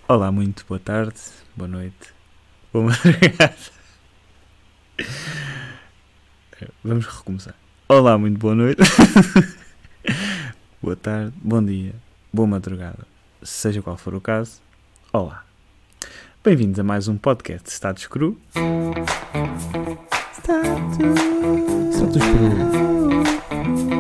Olá, muito boa tarde, boa noite, boa madrugada. Vamos recomeçar. Olá, muito boa noite, boa tarde, bom dia, boa madrugada, seja qual for o caso. Olá, bem-vindos a mais um podcast Status Cru. Status Cru.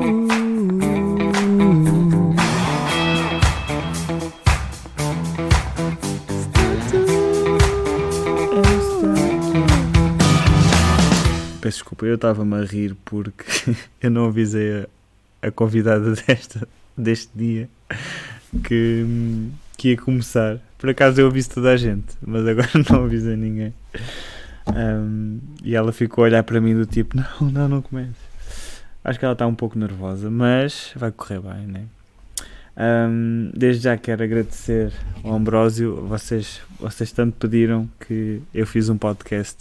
Peço desculpa, eu estava-me a rir porque eu não avisei a convidada deste dia que ia começar. Por acaso eu aviso toda a gente, mas agora não avisei ninguém. E ela ficou a olhar para mim do tipo, não comece. Acho que ela está um pouco nervosa, mas vai correr bem, né? Desde já quero agradecer ao Ambrósio. Vocês tanto pediram que eu fiz um podcast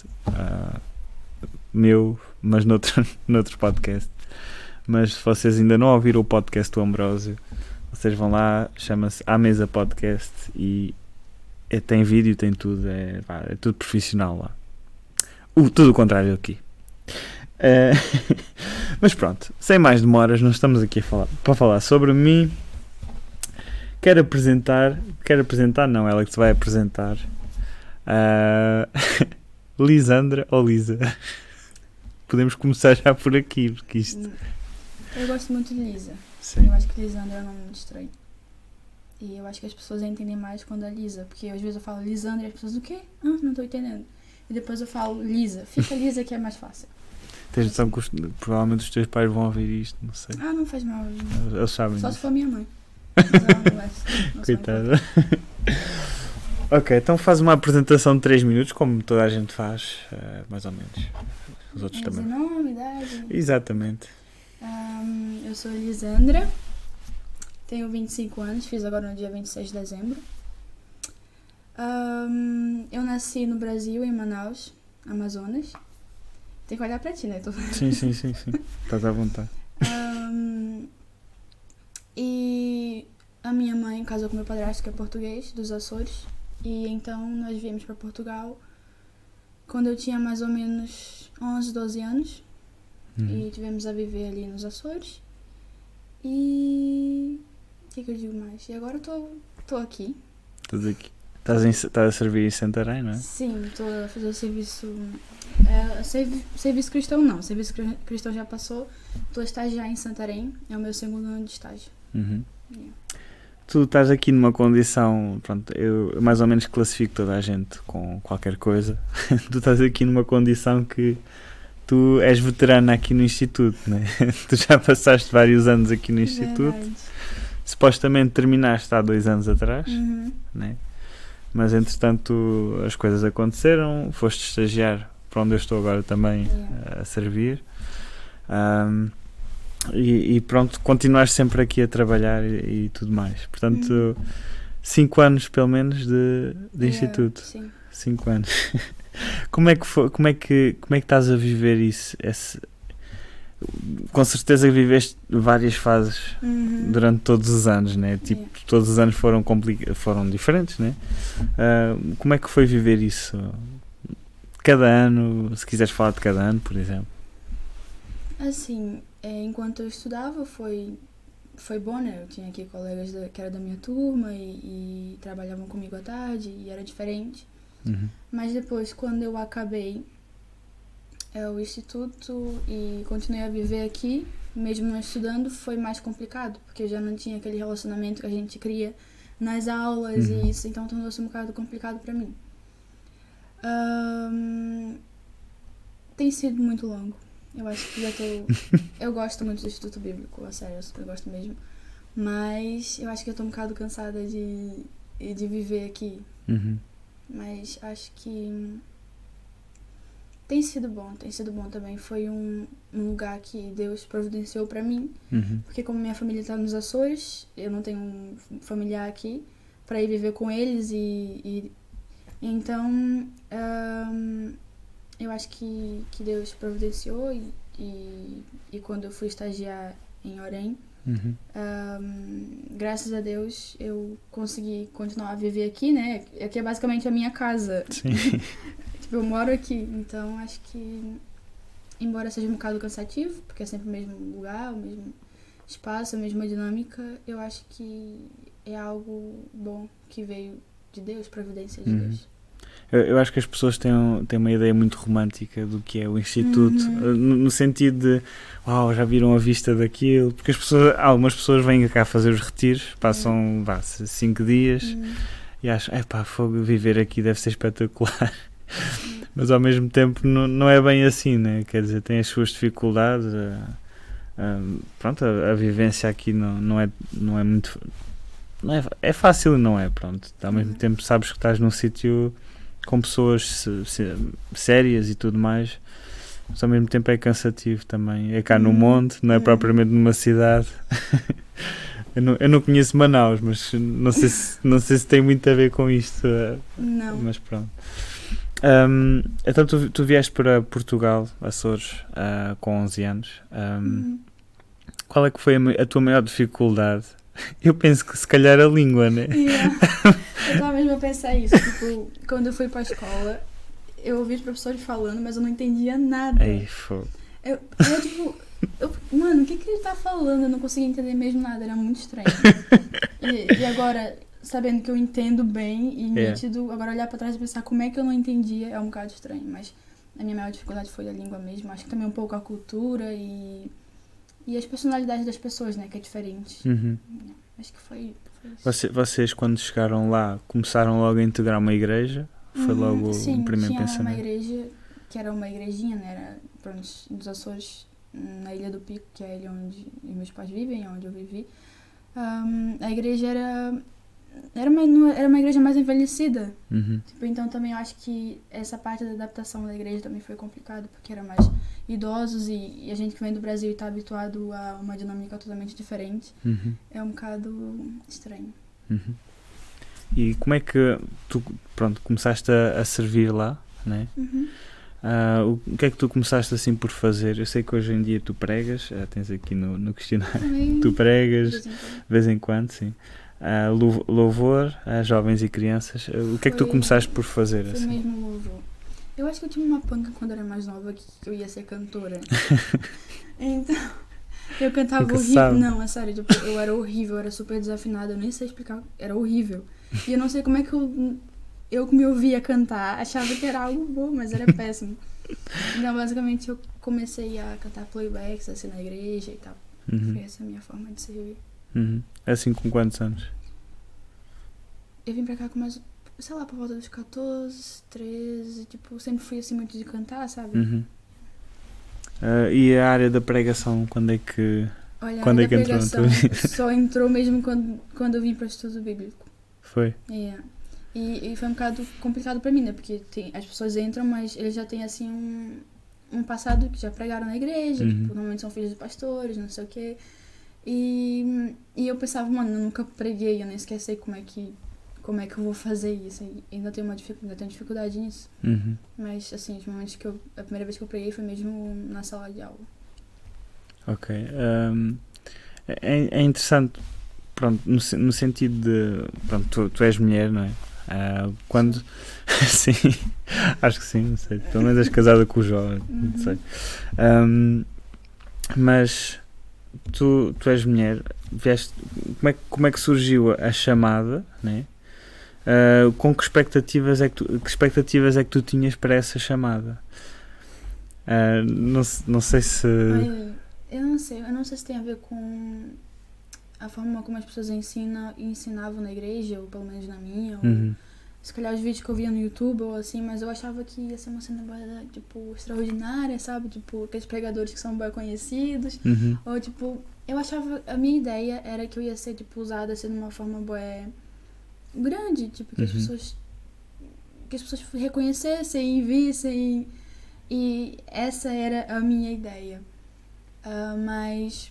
meu, mas noutro podcast. Mas se vocês ainda não ouviram o podcast do Ambrósio, vocês vão lá, chama-se À Mesa Podcast e tem vídeo, tem tudo, é tudo profissional lá. Tudo o contrário aqui. Mas pronto, sem mais demoras, nós estamos aqui para falar sobre mim. Quero apresentar, não, ela que se vai apresentar. Lisandra ou Lisa? Podemos começar já por aqui, porque isto... Eu gosto muito de Lisa. Sim. Eu acho que Lisandra é um nome muito estranho. E eu acho que as pessoas entendem mais quando é Lisa. Porque às vezes eu falo Lisandra e as pessoas, o quê? Não tô entendendo. E depois eu falo Lisa. Fica Lisa que é mais fácil. Tens noção que provavelmente os teus pais vão ouvir isto, não sei. Não faz mal. Eles sabem Só disso. se for minha mãe. Mas ela não vai. Não Coitada. Ok, então faz uma apresentação de 3 minutos, como toda a gente faz, mais ou menos. Os outros também. Nome, idade. Exatamente. Eu sou Lisandra. Tenho 25 anos. Fiz agora no dia 26 de dezembro. Eu nasci no Brasil, em Manaus, Amazonas. Tem que olhar pra ti, né? Sim. Estás à vontade. E a minha mãe casou com meu padrasto, que é português, dos Açores. E então nós viemos para Portugal quando eu tinha mais ou menos 11, 12 anos. E tivemos a viver ali nos Açores. E... o que eu digo mais? E agora eu tô aqui. Estás aqui. Estás a servir em Santarém, não é? Sim, estou a fazer o serviço... serviço cristão não. Serviço cristão já passou. Estou a estagiar em Santarém. É o meu segundo ano de estágio. Uhum. Yeah. Tu estás aqui numa condição, pronto, eu mais ou menos classifico toda a gente com qualquer coisa. Tu estás aqui numa condição que tu és veterana aqui no Instituto, né? Tu já passaste vários anos aqui no Instituto. Verdade. Supostamente terminaste há 2 anos atrás, Uhum. né? Mas entretanto as coisas aconteceram, foste estagiar para onde eu estou agora também a servir. E pronto, continuaste sempre aqui a trabalhar e tudo mais. Portanto, 5 anos pelo menos de instituto. Sim. 5 anos. Como é que estás a viver isso? Com certeza que viveste várias fases durante todos os anos, né? Tipo, todos os anos foram diferentes, né? Como é que foi viver isso? Cada ano, se quiseres falar de cada ano, por exemplo. Assim, enquanto eu estudava foi bom, né? Eu tinha aqui colegas que eram da minha turma e trabalhavam comigo à tarde e era diferente. Mas depois, quando eu acabei o instituto e continuei a viver aqui, mesmo não estudando, foi mais complicado, porque eu já não tinha aquele relacionamento que a gente cria nas aulas e isso, então tornou-se um bocado complicado pra mim. Tem sido muito longo. Eu acho que eu gosto muito do Instituto Bíblico, a sério, eu gosto mesmo. Mas eu acho que eu tô um bocado cansada de viver aqui. Mas acho que tem sido bom também. Foi um lugar que Deus providenciou pra mim. Porque como minha família tá nos Açores, eu não tenho um familiar aqui pra ir viver com eles então eu acho que Deus providenciou e quando eu fui estagiar em Orem, Uhum. Graças a Deus eu consegui continuar a viver aqui, né? Aqui é basicamente a minha casa. Sim. Tipo, eu moro aqui, então acho que, embora seja um bocado cansativo, porque é sempre o mesmo lugar, o mesmo espaço, a mesma dinâmica, eu acho que é algo bom que veio de Deus, providência de Deus. Eu acho que as pessoas têm uma ideia muito romântica do que é o Instituto, no sentido de, uau, já viram a vista daquilo, porque algumas pessoas vêm cá fazer os retiros, passam 5 dias e acham, fogo, viver aqui deve ser espetacular. Mas ao mesmo tempo não é bem assim, né? Quer dizer, tem as suas dificuldades, pronto, a vivência aqui não é muito... É fácil e não é, pronto. Ao mesmo tempo sabes que estás num sítio com pessoas sérias e tudo mais, mas ao mesmo tempo é cansativo também. É cá no monte, não é propriamente numa cidade. Eu não conheço Manaus, mas não sei se tem muito a ver com isto. Não. Mas pronto. Então tu vieste para Portugal, Açores, com 11 anos. Qual é que foi a tua maior dificuldade? Eu penso que se calhar a língua, né? Yeah. Eu estava mesmo a pensar isso. Tipo, quando eu fui para a escola, eu ouvi os professores falando, mas eu não entendia nada. Ei, fogo. Mano, o que ele tá falando? Eu não conseguia entender mesmo nada, era muito estranho. E agora, sabendo que eu entendo bem e nítido, agora olhar pra trás e pensar como é que eu não entendia é um bocado estranho. Mas a minha maior dificuldade foi a língua mesmo. Acho que também um pouco a cultura e as personalidades das pessoas, né? Que é diferente. Acho que foi isso. Vocês, quando chegaram lá, começaram logo a integrar uma igreja? Foi logo o primeiro pensamento? Sim, tinha uma igreja, que era uma igrejinha, né? Era, pronto, dos Açores, na Ilha do Pico, que é a ilha onde meus pais vivem, onde eu vivi. A igreja era uma igreja mais envelhecida. Tipo, então também eu acho que essa parte da adaptação da igreja também foi complicado, porque era mais idosos e a gente que vem do Brasil e está habituado a uma dinâmica totalmente diferente. É um bocado estranho. E como é que tu, pronto, começaste a servir lá, né? O que é que tu começaste assim por fazer? Eu sei que hoje em dia tu pregas, tens aqui no questionário, tu pregas de vez em quando, sim. Louvor a jovens e crianças. O que é que tu começaste por fazer? Foi assim? mesmo louvor. Eu acho que eu tinha uma panca quando era mais nova que eu ia ser cantora. Então, eu cantava horrível. Não, é sério, tipo, eu era horrível, eu era super desafinada, eu nem sei explicar, era horrível. E eu não sei como é que eu que me ouvia cantar, achava que era algo bom, mas era péssimo. Então, basicamente, eu comecei a cantar playbacks, assim, na igreja e tal. Foi essa a minha forma de servir. Assim, com quantos anos? Eu vim pra cá com mais, sei lá, por volta dos 14, 13, tipo, sempre fui assim muito de cantar, sabe? E a área da pregação, quando é que... Olha, quando a é que entrou na tua vida? só entrou mesmo quando eu vim para o estudo bíblico. Foi? E foi um bocado complicado para mim, né? Porque as pessoas entram, mas eles já têm, assim, um passado que já pregaram na igreja, tipo, normalmente são filhos de pastores, não sei o quê. E eu pensava, mano, eu nunca preguei, eu nem sequer sei como é que eu vou fazer isso. E ainda tenho dificuldade nisso. Mas, assim, os momentos a primeira vez que eu preguei foi mesmo na sala de aula. Ok. É interessante, pronto, no sentido de... Pronto, tu és mulher, não é? Quando... Sim, acho que sim, não sei. Pelo menos és casada com o João, não sei. Mas... Tu és mulher, como é que surgiu a chamada, né? Com que expectativas é que tu tinhas para essa chamada? Não sei se... Eu não sei se tem a ver com a forma como as pessoas ensinavam na igreja, ou pelo menos na minha, ou se calhar os vídeos que eu via no YouTube ou assim, mas eu achava que ia ser uma cena, tipo, extraordinária, sabe? Tipo, aqueles pregadores que são bem conhecidos. Ou, tipo, eu achava... A minha ideia era que eu ia ser, tipo, usada assim de uma forma grande, tipo, que as pessoas reconhecessem e vissem. E essa era a minha ideia. Mas...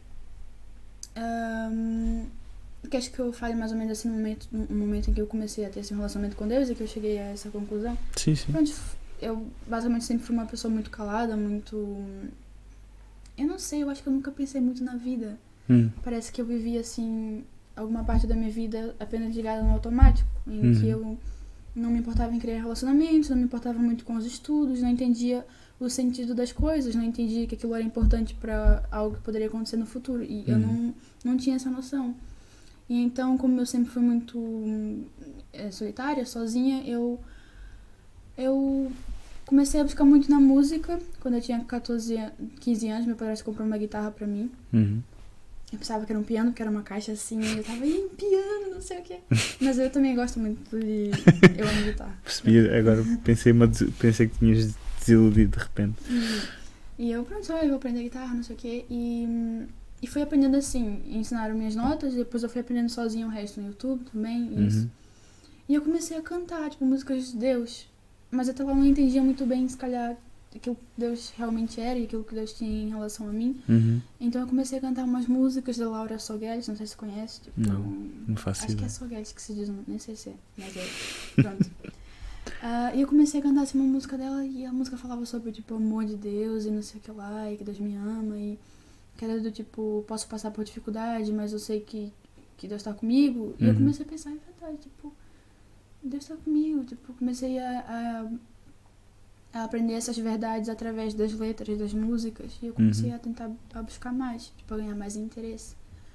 Queres que eu fale mais ou menos assim no momento em que eu comecei a ter esse relacionamento com Deus e que eu cheguei a essa conclusão? Sim. Pronto, eu basicamente sempre fui uma pessoa muito calada, muito... Eu não sei, eu acho que eu nunca pensei muito na vida. parece que eu vivia, assim, alguma parte da minha vida apenas ligada no automático, em que eu não me importava em criar relacionamentos, não me importava muito com os estudos, não entendia o sentido das coisas, não entendia que aquilo era importante para algo que poderia acontecer no futuro. E eu não tinha essa noção. E então, como eu sempre fui muito solitária, sozinha, eu comecei a buscar muito na música. Quando eu tinha 15 anos, meu padrasto comprou uma guitarra pra mim. Eu pensava que era um piano, porque era uma caixa assim, e eu tava, um piano, não sei o quê. Mas eu também gosto muito de... Eu amo guitarra. Percebi, agora pensei que tinhas desiludido de repente. E eu, pronto, eu vou aprender guitarra, não sei o quê. E fui aprendendo assim, ensinaram minhas notas, depois eu fui aprendendo sozinha o resto no YouTube também, isso. E eu comecei a cantar, tipo, músicas de Deus. Mas até lá eu não entendia muito bem, se calhar, aquilo que Deus realmente era e aquilo que Deus tinha em relação a mim. Então eu comecei a cantar umas músicas da Laura Sogueles, não sei se conhece. Tipo, não faço acho ideia. que é Sogueles que se diz, nem sei se é, mas é. Pronto. E eu comecei a cantar assim, uma música dela e a música falava sobre, tipo, o amor de Deus e não sei o que lá, e que Deus me ama e que era do tipo, posso passar por dificuldade, mas eu sei que Deus tá comigo. E eu comecei a pensar, é verdade, tipo, Deus tá comigo, tipo, comecei a aprender essas verdades através das letras, das músicas, e eu comecei a tentar a buscar mais, tipo, a ganhar mais interesse.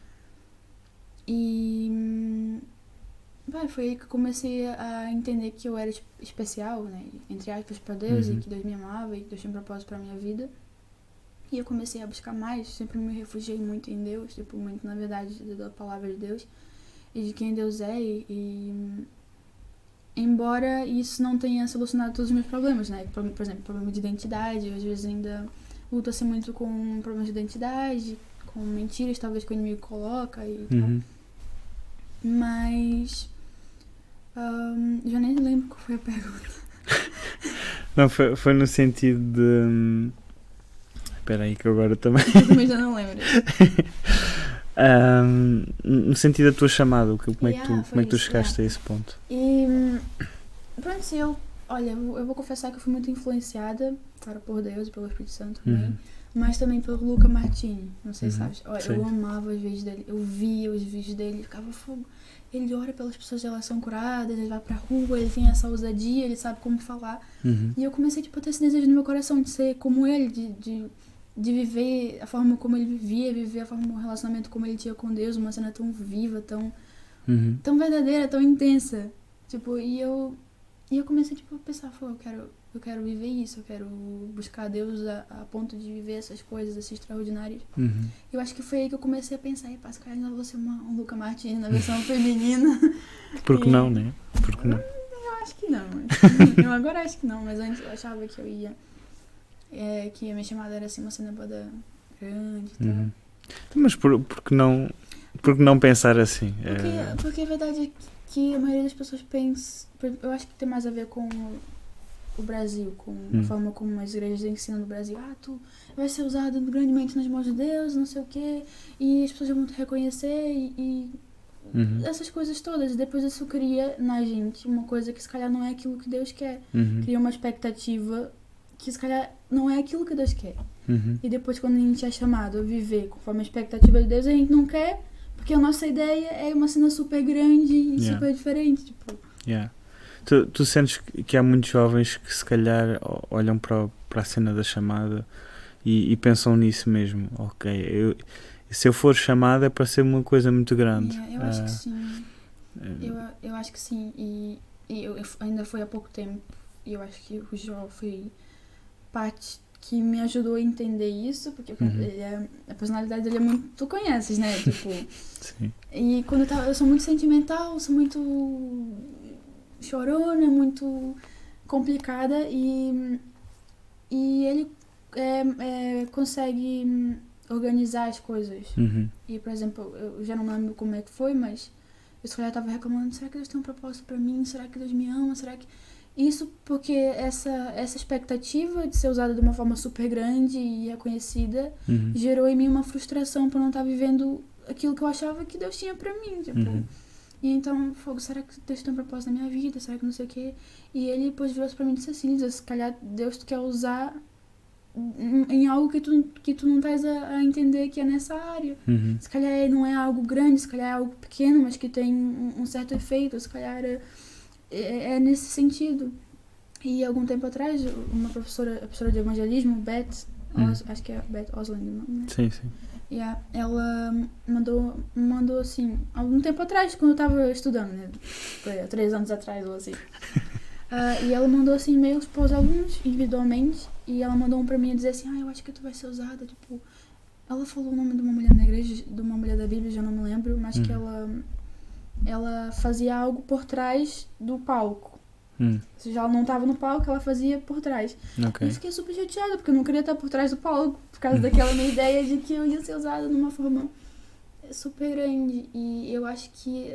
E foi aí que eu comecei a entender que eu era especial, né, entre aspas, pra Deus, e que Deus me amava, e que Deus tinha um propósito pra minha vida. E eu comecei a buscar mais, sempre me refugiei muito em Deus, tipo, muito na verdade da palavra de Deus, e de quem Deus é, e embora isso não tenha solucionado todos os meus problemas, né? Por exemplo, problema de identidade. Eu, às vezes, ainda luto assim muito com problemas de identidade, com mentiras, talvez, que o inimigo coloca e tal. Mas... já nem lembro qual foi a pergunta. Não, foi no sentido de... Espera aí que eu agora também... Eu também já não lembro. No sentido da tua chamada, como é que tu chegaste a esse ponto? E pronto, eu vou confessar que eu fui muito influenciada, claro, por Deus e pelo Espírito Santo também, mas também pelo Luca Martini, não sei se sabes. Eu amava os vídeos dele, eu via os vídeos dele, ficava fogo. Ele ora pelas pessoas, elas são curadas, ele vai pra rua, ele tem essa ousadia, ele sabe como falar. E eu comecei, tipo, a ter esse desejo no meu coração de ser como ele, de viver a forma como ele vivia, viver a forma, o relacionamento como ele tinha com Deus, uma cena tão viva, tão verdadeira, tão intensa. Tipo, e eu comecei, tipo, a pensar, eu quero viver isso, eu quero buscar Deus a ponto de viver essas coisas, esses extraordinários. Eu acho que foi aí que eu comecei a pensar, se calhar ainda vou ser um Luca Martini na versão feminina. Por que não, né? Por que não? Eu acho que não. Eu agora acho que não, mas antes eu achava que eu ia... que a minha chamada era assim, uma cena boda grande e tal. Mas por que não pensar assim? Porque a verdade é que a maioria das pessoas pensa... Eu acho que tem mais a ver com o Brasil, com a forma como as igrejas ensinam no Brasil. Tu vai ser usado grandemente nas mãos de Deus, não sei o quê, e as pessoas vão te reconhecer e essas coisas todas. E depois isso cria na gente uma coisa que se calhar não é aquilo que Deus quer. Cria uma expectativa que se calhar não é aquilo que Deus quer. E depois, quando a gente é chamado a viver conforme a expectativa de Deus, a gente não quer, porque a nossa ideia é uma cena super grande e super diferente. Tipo. Tu sentes que há muitos jovens que se calhar olham para a cena da chamada e pensam nisso mesmo. Ok, se eu for chamada é para ser uma coisa muito grande. Eu acho que sim. Eu acho que sim. E eu ainda foi há pouco tempo. E eu acho que o João foi parte que me ajudou a entender isso, porque a personalidade dele é muito... Tu conheces, né? Tipo... Sim. E quando eu sou muito sentimental, sou muito chorona, muito complicada, e ele consegue organizar as coisas. E, por exemplo, eu já não lembro como é que foi, mas eu se calhar tava reclamando, será que Deus tem um propósito pra mim? Será que Deus me ama? Será que... Isso porque essa expectativa de ser usada de uma forma super grande e reconhecida gerou em mim uma frustração por não estar vivendo aquilo que eu achava que Deus tinha pra mim, tipo. E então, será que Deus tem um propósito na minha vida? Será que não sei o quê? E ele depois virou pra mim e disse assim, se calhar Deus quer usar em algo que tu não estás a entender que é nessa área. Se calhar não é algo grande, se calhar é algo pequeno, mas que tem um certo efeito, se calhar é nesse sentido. E algum tempo atrás, uma a professora de evangelismo, Beth, acho que é Beth Osland, não é? Sim, sim. Yeah, ela mandou assim, algum tempo atrás, quando eu estava estudando, né? Foi há 3 anos atrás ou assim. E ela mandou assim e-mails para os alunos individualmente, e ela mandou um para mim e dizer assim: eu acho que tu vai ser usada, tipo, ela falou o nome de uma mulher na igreja, de uma mulher da Bíblia, já não me lembro, mas que ela fazia algo por trás do palco. Se já ela não estava no palco, ela fazia por trás. Okay. E eu fiquei super chateada, porque eu não queria estar por trás do palco, por causa daquela minha ideia de que eu ia ser usada de uma forma super grande. E eu acho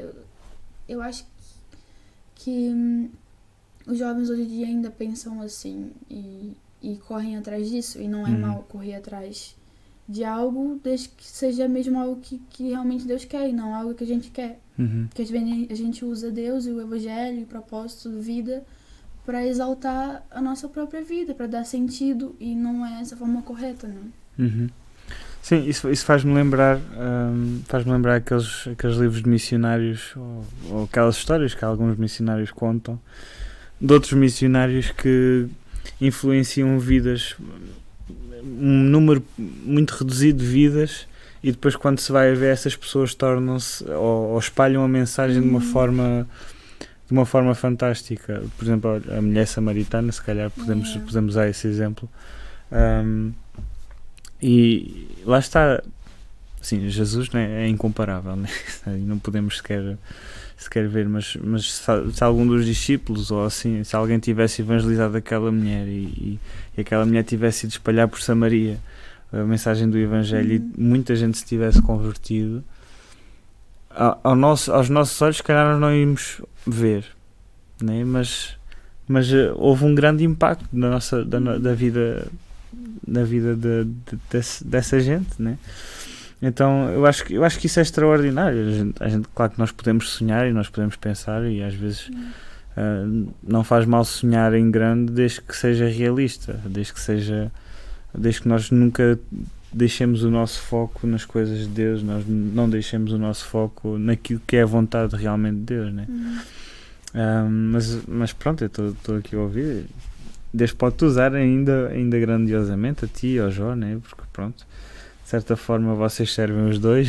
que os jovens hoje em dia ainda pensam assim e correm atrás disso. E não é mal correr atrás de algo, desde que seja mesmo algo que realmente Deus quer e não algo que a gente quer. Porque às vezes a gente usa Deus e o Evangelho e o propósito de vida para exaltar a nossa própria vida, para dar sentido, e não é essa forma correta, não? Sim, isso faz-me lembrar aqueles livros de missionários ou aquelas histórias que alguns missionários contam de outros missionários que influenciam vidas, um número muito reduzido de vidas, e depois quando se vai a ver, essas pessoas tornam-se ou espalham a mensagem de uma forma fantástica. Por exemplo, a mulher samaritana, se calhar podemos usar esse exemplo. E lá está, sim, Jesus, né, é incomparável, né? Não podemos sequer ver, mas se algum dos discípulos ou assim, se alguém tivesse evangelizado aquela mulher e aquela mulher tivesse ido espalhar por Samaria a mensagem do Evangelho e muita gente se tivesse convertido, aos nossos olhos se calhar nós não íamos ver, né? mas houve um grande impacto da vida dessa gente, né? Então eu acho que isso é extraordinário. A gente, claro que nós podemos sonhar e nós podemos pensar, e às vezes não faz mal sonhar em grande, desde que seja realista, desde que nós nunca deixemos o nosso foco nas coisas de Deus, nós não deixemos o nosso foco naquilo que é a vontade realmente de Deus, né? Mas pronto, eu estou aqui a ouvir. Deus pode-te usar ainda grandiosamente, a ti e ao Jó, né? Porque pronto, de certa forma vocês servem os dois.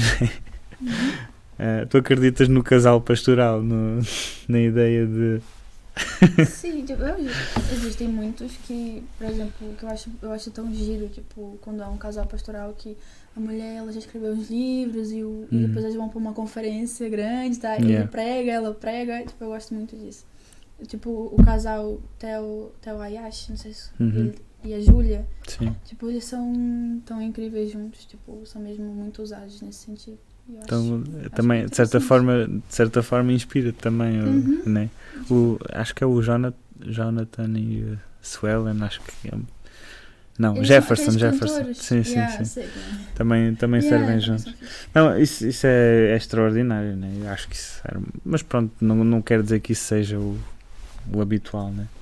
Tu acreditas no casal pastoral, na ideia de... Sim, tipo, existem muitos que, por exemplo, que eu acho tão giro, tipo, quando há um casal pastoral que a mulher, ela já escreveu uns livros e depois eles vão para uma conferência grande, tá? E ele prega, ela prega, tipo, eu gosto muito disso. Tipo, o casal Theo Ayashi, não sei se ele e a Júlia, tipo, eles são tão incríveis juntos, tipo, são mesmo muito usados nesse sentido. Então, também, de certa forma inspira também, né? Acho que é o Jonathan e Swellen, acho que é. Não, eles Jefferson. Sim. Também servem juntos. Não, isso é extraordinário, né? Eu acho que isso era, mas pronto, não quero dizer que isso seja o habitual, né?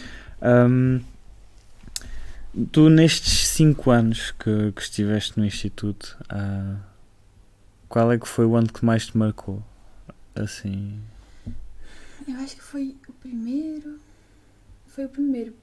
Tu, nestes 5 anos que estiveste no Instituto, qual é que foi o ano que mais te marcou? Assim... Eu acho que foi o primeiro. Foi o primeiro.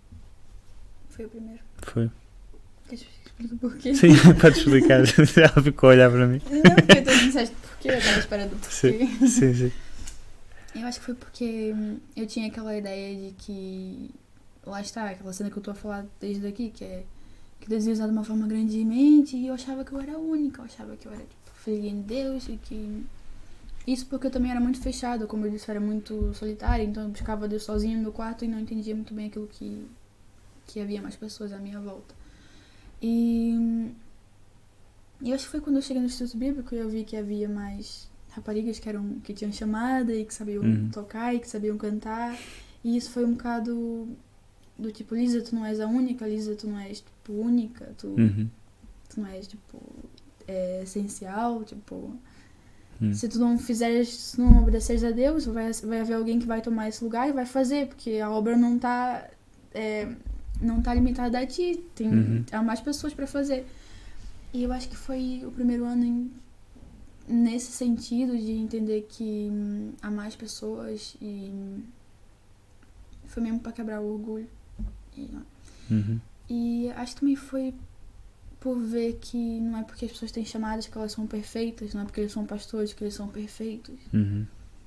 Foi? Queres que explique o porquê? Sim, pode explicar. Ela ficou a olhar para mim. Não, porque tu disseste porquê, eu estava esperando o porquê. Sim. Eu acho que foi porque eu tinha aquela ideia de que... Lá está, aquela cena que eu estou a falar desde aqui, que é que Deus ia usar de uma forma grandemente, e eu achava que eu era única, eu achava que eu era filhinha de Deus, e que... Isso porque eu também era muito fechada, como eu disse, eu era muito solitária, então eu buscava Deus sozinha no meu quarto e não entendia muito bem aquilo que havia mais pessoas à minha volta. E eu acho que foi quando eu cheguei no Instituto Bíblico e eu vi que havia mais raparigas que tinham chamada e que sabiam tocar e que sabiam cantar, e isso foi um bocado do tipo, Lisa, tu não és a única, Lisa, tu não és tipo única, tu não és tipo essencial, tipo, se tu não fizeres, se não obedeceres a Deus, vai haver alguém que vai tomar esse lugar e vai fazer, porque a obra não está não tá limitado a ti, Uhum. há mais pessoas pra fazer. E eu acho que foi o primeiro ano nesse sentido de entender que há mais pessoas e foi mesmo pra quebrar o orgulho. Uhum. E acho que também foi por ver que não é porque as pessoas têm chamadas que elas são perfeitas, não é porque eles são pastores que eles são perfeitos. Uhum.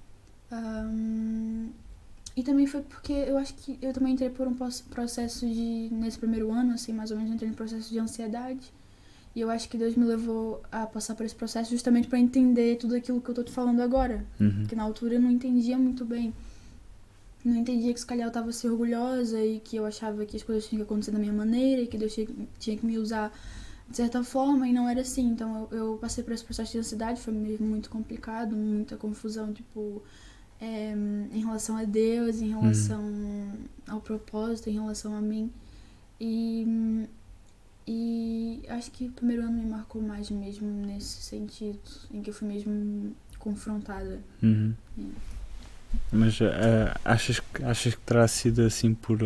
E também foi porque eu acho que eu também entrei por um processo nesse primeiro ano, assim, mais ou menos, entrei em processo de ansiedade. E eu acho que Deus me levou a passar por esse processo justamente pra entender tudo aquilo que eu tô te falando agora. Uhum. Porque na altura eu não entendia muito bem. Não entendia que se calhar eu tava assim orgulhosa e que eu achava que as coisas tinham que acontecer da minha maneira e que Deus tinha que me usar de certa forma, e não era assim. Então eu passei por esse processo de ansiedade, foi mesmo muito complicado, muita confusão, tipo, em relação a Deus, em relação ao propósito, em relação a mim. E acho que o primeiro ano me marcou mais mesmo nesse sentido, em que eu fui mesmo confrontada. Uhum. Mas achas que terá sido assim por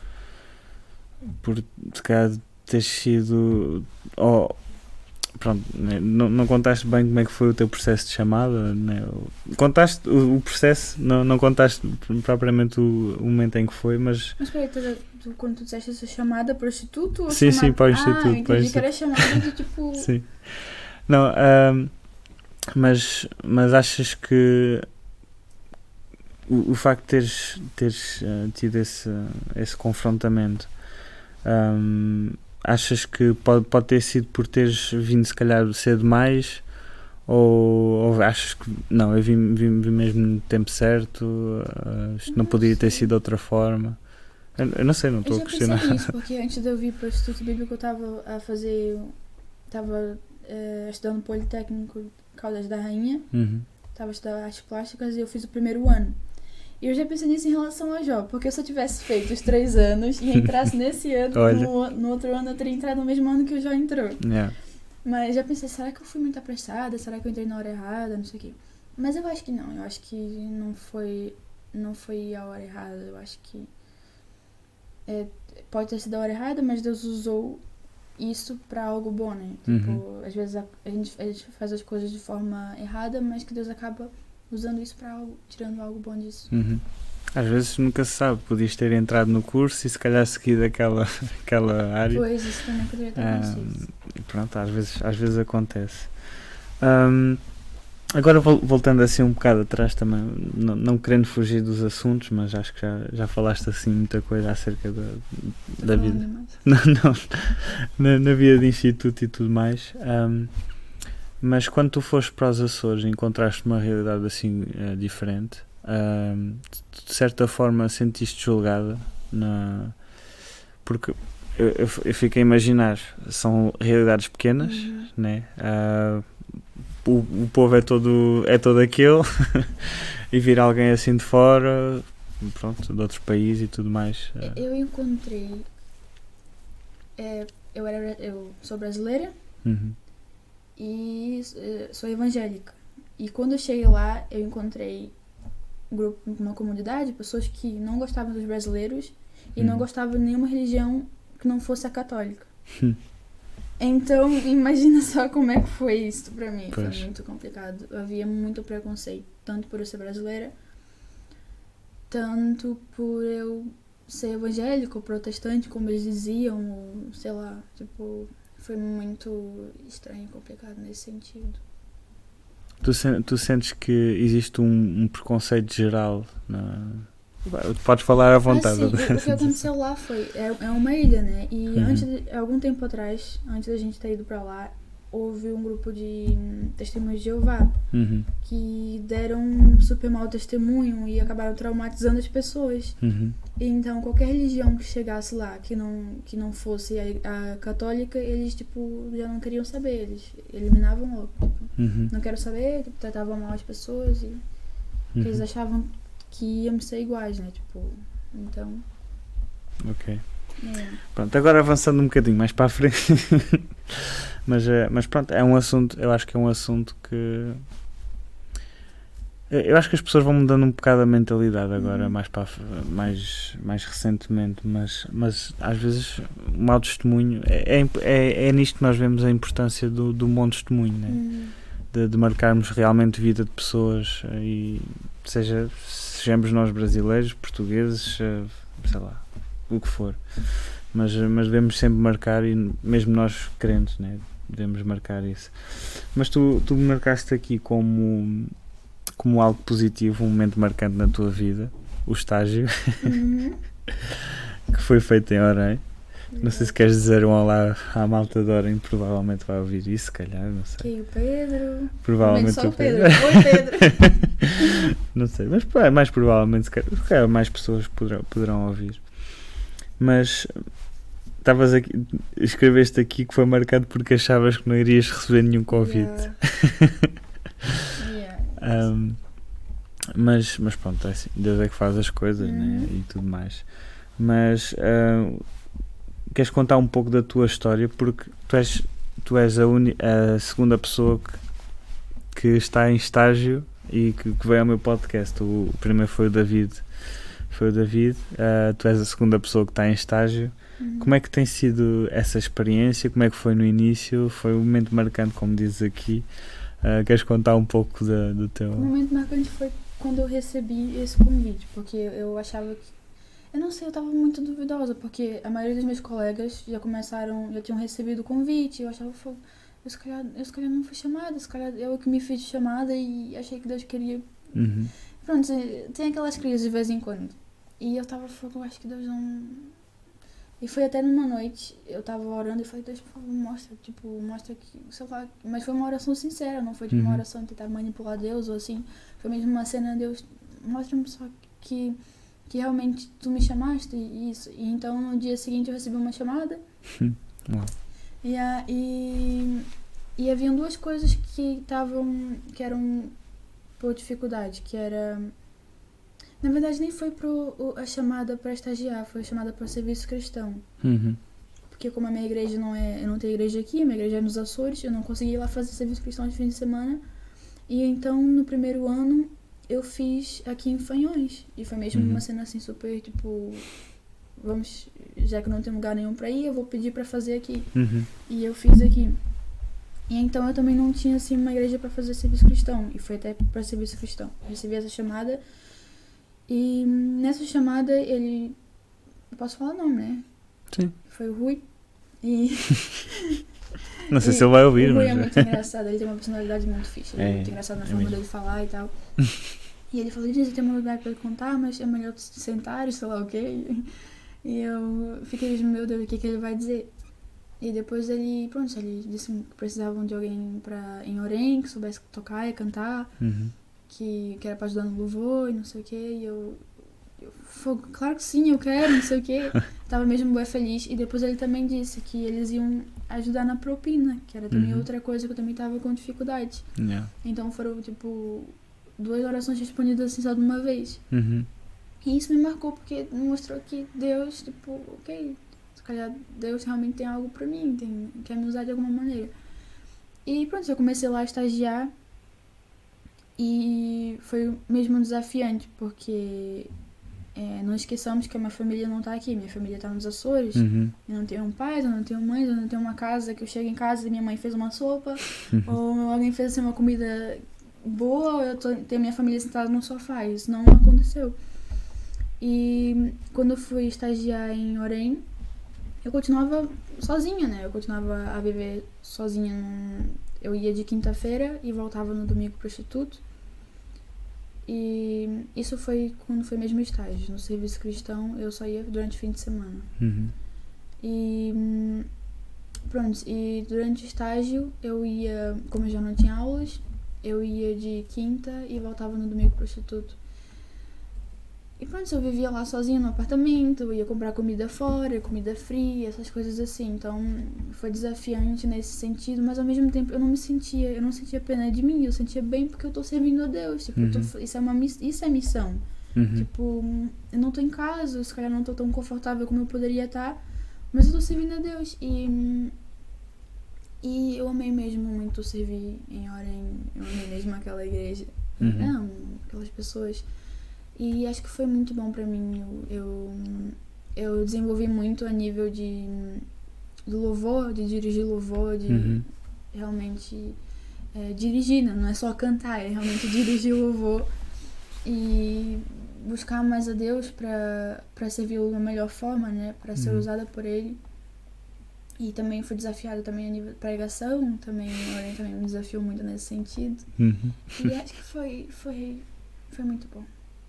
se calhar ter sido pronto, né? Não contaste bem como é que foi o teu processo de chamada, né? Contaste o processo, não contaste propriamente o momento em que foi, mas peraí, tu, quando tu disseste essa chamada para o instituto? Ou sim, chamada... sim, para o instituto. Eu entendi que era chamada de tipo... Sim. Não, mas achas que o facto de teres tido esse confrontamento, achas que pode ter sido por teres vindo se calhar cedo demais, ou achas que não, eu vim mesmo no tempo certo, isto não poderia ter sido de outra forma? Eu não sei, não estou a questionar. Eu já pensei nisso, porque antes de eu vir para o Instituto Bíblico eu estava estudando Politécnico Caldas da Rainha, estava estudando artes plásticas e eu fiz o primeiro ano. E eu já pensei nisso em relação ao Jó, porque se eu tivesse feito os 3 anos e entrasse nesse ano, no outro ano eu teria entrado no mesmo ano que o Jó entrou. Yeah. Mas já pensei, será que eu fui muito apressada? Será que eu entrei na hora errada? Não sei o quê. Mas eu acho que não, eu acho que não foi a hora errada, eu acho que pode ter sido a hora errada, mas Deus usou isso pra algo bom, né? Tipo, às vezes a gente faz as coisas de forma errada, mas que Deus acaba usando isso pra algo, tirando algo bom disso. Às vezes nunca se sabe, podias ter entrado no curso e se calhar seguido aquela área. Pois, isso também poderia ter acontecido. Pronto, às vezes acontece. Agora voltando assim um bocado atrás também, não querendo fugir dos assuntos, mas acho que já falaste assim muita coisa acerca da vida. Na vida de instituto e tudo mais. Mas quando tu foste para os Açores encontraste uma realidade assim diferente, de certa forma sentiste julgada, porque eu fico a imaginar, são realidades pequenas, né? O povo é todo aquele e vir alguém assim de fora, pronto, de outro país e tudo mais. Eu encontrei, eu sou brasileira e sou evangélica. E quando eu cheguei lá, eu encontrei uma comunidade, pessoas que não gostavam dos brasileiros e não gostavam de nenhuma religião que não fosse a católica. Então, imagina só como é que foi isso pra mim. Pois. Foi muito complicado. Havia muito preconceito, tanto por eu ser brasileira, tanto por eu ser evangélico ou protestante, como eles diziam, ou sei lá, tipo, foi muito estranho e complicado nesse sentido. Tu sentes que existe um preconceito geral Podes falar à vontade. O que aconteceu lá foi... É uma ilha, né? E algum tempo atrás, antes da gente ter ido pra lá, houve um grupo de testemunhos de Jeová que deram um super mau testemunho e acabaram traumatizando as pessoas. E então, qualquer religião que chegasse lá, que não fosse a católica, eles, tipo, já não queriam saber. Eles eliminavam logo. Tipo, não quero saber, tipo, tratavam mal as pessoas e eles achavam que íamos ser iguais, né? Tipo, então... Ok. Pronto, agora avançando um bocadinho mais para a frente. mas pronto, é um assunto, eu acho que é um assunto que Eu acho que as pessoas vão mudando um bocado a mentalidade agora, mais recentemente, mas às vezes o mau testemunho é nisto que nós vemos a importância do bom testemunho, né? De marcarmos realmente vida de pessoas, e sejamos nós brasileiros, portugueses, sei lá, o que for, mas devemos sempre marcar, e mesmo nós crentes, né? Devemos marcar isso. Mas tu marcaste aqui como algo positivo, um momento marcante na tua vida, o estágio que foi feito em Orem. Não sei se queres dizer um olá à malta de Orem, provavelmente vai ouvir isso, se calhar, não sei. Que o Pedro. Provavelmente só o Pedro. Oi, Pedro. Não sei, mas mais provavelmente, se calhar mais pessoas poderão ouvir. Mas estavas aqui, escreveste aqui que foi marcado porque achavas que não irias receber nenhum convite. Mas pronto, é assim, Deus é que faz as coisas, né? E tudo mais. Mas queres contar um pouco da tua história, porque tu és a segunda pessoa que está em estágio e que veio ao meu podcast. O primeiro foi o David. Tu és a segunda pessoa que está em estágio. Como é que tem sido essa experiência? Como é que foi no início? Foi um momento marcante, como dizes aqui. Queres contar um pouco do teu... O momento marcante foi quando eu recebi esse convite, porque eu achava que... Eu não sei, eu estava muito duvidosa, porque a maioria dos meus colegas já tinham recebido o convite, eu achava, eu se calhar não fui chamada, se calhar eu que me fiz chamada e achei que Deus queria... Pronto, tem aquelas crises de vez em quando. E eu eu acho que Deus não... E foi até numa noite, eu tava orando e falei, Deus, por favor, mostra que, sei lá, mas foi uma oração sincera, não foi tipo uma oração de tentar manipular Deus ou assim, foi mesmo uma cena, Deus, mostra-me só que realmente tu me chamaste e isso. E então no dia seguinte eu recebi uma chamada e haviam duas coisas que eram por dificuldade, que era... Na verdade, nem foi a chamada para estagiar, foi a chamada para o serviço cristão. Porque como a minha igreja eu não tenho igreja aqui, a minha igreja é nos Açores, eu não consegui ir lá fazer serviço cristão de fim de semana. E então, no primeiro ano, eu fiz aqui em Fanhões. E foi mesmo uma cena assim, super, tipo... já que não tem lugar nenhum para ir, eu vou pedir para fazer aqui. E eu fiz aqui. E então, eu também não tinha, assim, uma igreja para fazer serviço cristão. E foi até para serviço cristão. Eu recebi essa chamada... E nessa chamada ele... Eu posso falar o nome, né? Sim. Foi o Rui. E... Não sei se ele vai ouvir, o Rui mas... é muito engraçado, ele tem uma personalidade muito fixe. Ele é muito engraçado na forma dele falar e tal. E ele falou, Diz, eu tenho uma novidade pra ele contar, mas é melhor tu se sentar e sei lá o quê. E eu fiquei, meu Deus, o que ele vai dizer? E depois ele disse que precisavam de alguém em Orem, que soubesse tocar e cantar. Que era pra ajudar no louvor e não sei o que, e eu claro que sim, eu quero, não sei o que, tava mesmo bem feliz. E depois ele também disse que eles iam ajudar na propina, que era também outra coisa que eu também tava com dificuldade. Então foram, tipo, 2 orações respondidas assim só de uma vez. E isso me marcou, porque mostrou que Deus, tipo, ok, se calhar Deus realmente tem algo pra mim, quer me usar de alguma maneira. E pronto, eu comecei lá a estagiar. E foi mesmo desafiante, porque não esqueçamos que a minha família não tá aqui. Minha família tá nos Açores. Eu não tenho pais, eu não tenho mães, eu não tenho uma casa que eu chego em casa e minha mãe fez uma sopa. Ou alguém fez assim, uma comida boa, ou tenho minha família sentada no sofá. Isso não aconteceu. E quando eu fui estagiar em Orem, eu continuava sozinha, né? Eu continuava a viver sozinha. Eu ia de quinta-feira e voltava no domingo pro instituto. E isso foi quando foi mesmo estágio. No serviço cristão eu só ia durante o fim de semana. E pronto, e durante o estágio eu ia, como eu já não tinha aulas, eu ia de quinta e voltava no domingo pro instituto. E pronto, eu vivia lá sozinha no apartamento, eu ia comprar comida fora, comida fria, essas coisas assim. Então foi desafiante nesse sentido, mas ao mesmo tempo eu não sentia pena de mim, eu sentia bem porque eu tô servindo a Deus. Tipo, isso é missão. Tipo, eu não tô em casa, se calhar não tô tão confortável como eu poderia estar, mas eu tô servindo a Deus. E eu amei mesmo muito servir em Orem, eu amei mesmo aquela igreja. não, aquelas pessoas. E acho que foi muito bom pra mim. Eu desenvolvi muito a nível de louvor, de dirigir louvor, de realmente dirigir, né? Não é só cantar, é realmente dirigir o louvor e buscar mais a Deus pra servi-lo da melhor forma, né? Pra ser usada por Ele. E também fui desafiada também a nível de pregação, também a Lorena também me desafiou muito nesse sentido. E acho que foi muito bom.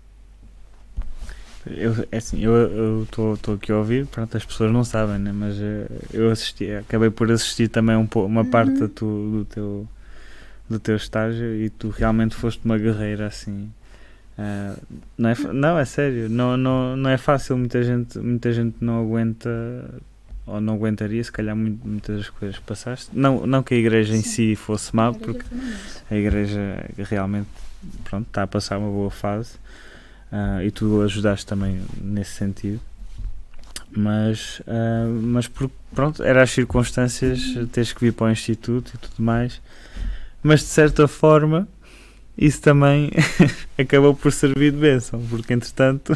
Eu estou aqui a ouvir, pronto, as pessoas não sabem, né? Mas eu acabei por assistir também uma parte do teu estágio e tu realmente foste uma guerreira assim. Não, é sério, não é fácil, muita gente não aguenta ou não aguentaria, se calhar muitas das coisas que passaste. Não que a igreja em si fosse má, porque a igreja realmente, pronto, está a passar uma boa fase. E tu ajudaste também nesse sentido, mas pronto, eram as circunstâncias, teres que vir para o instituto e tudo mais, mas de certa forma isso também acabou por servir de bênção, porque entretanto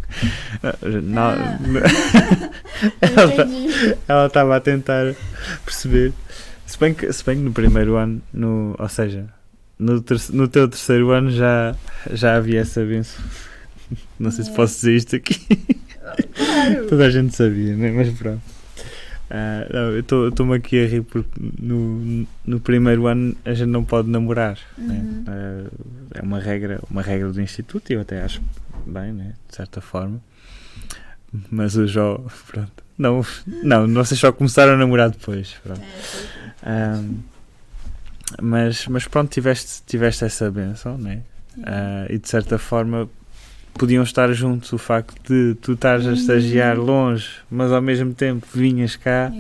ela estava a tentar perceber, se bem que no primeiro ano, ou seja, no teu terceiro ano já havia essa bênção. Não sei se posso dizer isto aqui. Claro. Toda a gente sabia, né? Mas pronto. Eu estou-me aqui a rir porque no primeiro ano a gente não pode namorar. Né? É uma regra do instituto e eu até acho bem, né? De certa forma. Mas o Jó, pronto. Não, vocês só começaram a namorar depois. Pronto. Mas pronto, tiveste essa bênção, né? E de certa forma podiam estar juntos, o facto de tu estares a estagiar longe, mas ao mesmo tempo vinhas cá.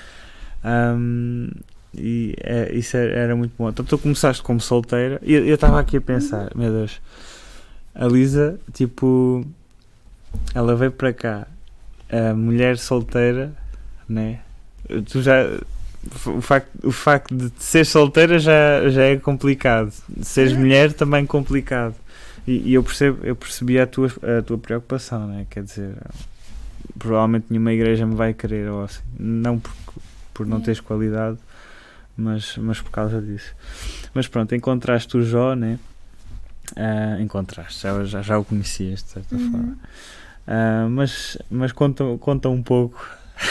E isso era muito bom. Então tu começaste como solteira e eu estava aqui a pensar, meu Deus, a Lisa, tipo, ela veio para cá, a mulher solteira, né? Tu já... O facto de ser solteira já é complicado, de seres mulher também é complicado, e eu percebi a tua preocupação, né? Quer dizer, provavelmente nenhuma igreja me vai querer, ou assim, não por não teres qualidade, mas por causa disso. Mas pronto, encontraste o Jó, né? Encontraste, já o conhecias de certa forma, mas conta um pouco.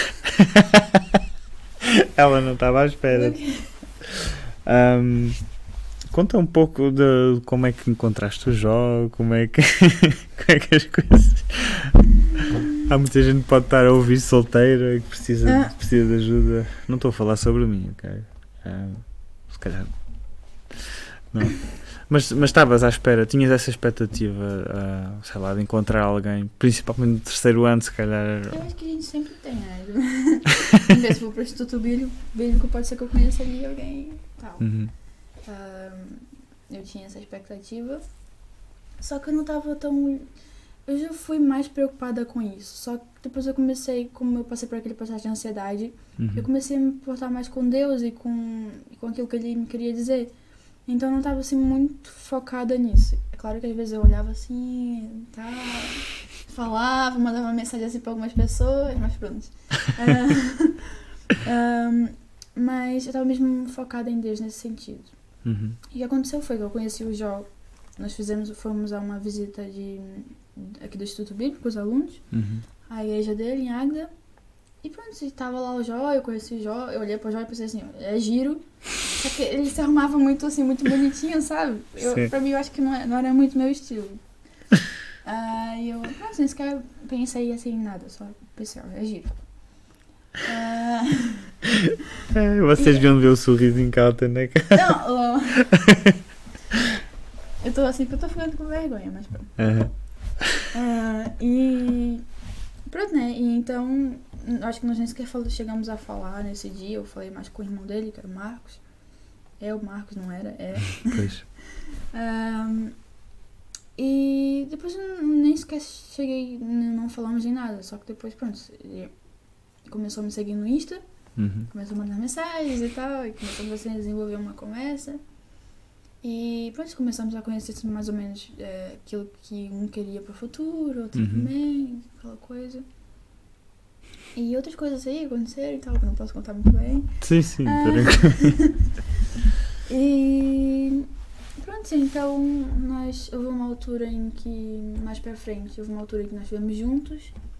Ela não estava à espera. Conta um pouco de como é que encontraste o Jó, como é que as coisas... Há muita gente que pode estar a ouvir solteira, que precisa de ajuda. Não estou a falar sobre mim, ok? Se calhar não. Mas estavas à espera, tinhas essa expectativa, sei lá, de encontrar alguém, principalmente no terceiro ano, se calhar. Eu acho que a gente sempre tem, né? Em vez de for para o Instituto Bíblico, pode ser que eu conheça ali alguém e tal. Eu tinha essa expectativa, só que eu não estava tão... Eu já fui mais preocupada com isso, só que depois como eu passei por aquele processo de ansiedade, eu comecei a me importar mais com Deus e com aquilo que Ele me queria dizer. Então eu não estava assim muito focada nisso. É claro que às vezes eu olhava assim, falava, mandava mensagem assim para algumas pessoas, mas pronto. Mas eu estava mesmo focada em Deus nesse sentido. E o que aconteceu foi que eu conheci o Jó. Nós fomos a uma visita aqui do Instituto Bíblico com os alunos, a igreja dele em Águeda. E pronto, estava lá o Jó, eu conheci o Jó, eu olhei pro Jó e pensei assim, é giro. Só que ele se arrumava muito assim, muito bonitinho, sabe? Pra mim eu acho que não era muito meu estilo. E eu, nem sequer pensei assim em nada, só pensei, é giro. Vocês deviam ver o sorriso em Calta, né? Não, eu tô assim porque eu tô ficando com vergonha, mas pronto. E pronto, né? E então, acho que nós nem sequer chegamos a falar nesse dia. Eu falei mais com o irmão dele, que era o Marcos. O Marcos, não era? Pois. E depois nem sequer cheguei, não falamos em nada. Só que depois, pronto, ele começou a me seguir no Insta, começou a mandar mensagens e tal, e começamos a desenvolver uma conversa. E pronto, começamos a conhecer mais ou menos aquilo que um queria para o futuro, outro Uhum. também, aquela coisa. E outras coisas aí aconteceram e tal, que eu não posso contar muito bem. Sim, Ah. tranquilo. E pronto, então houve uma altura em que, mais pra frente, houve uma altura em que nós estivemos juntos.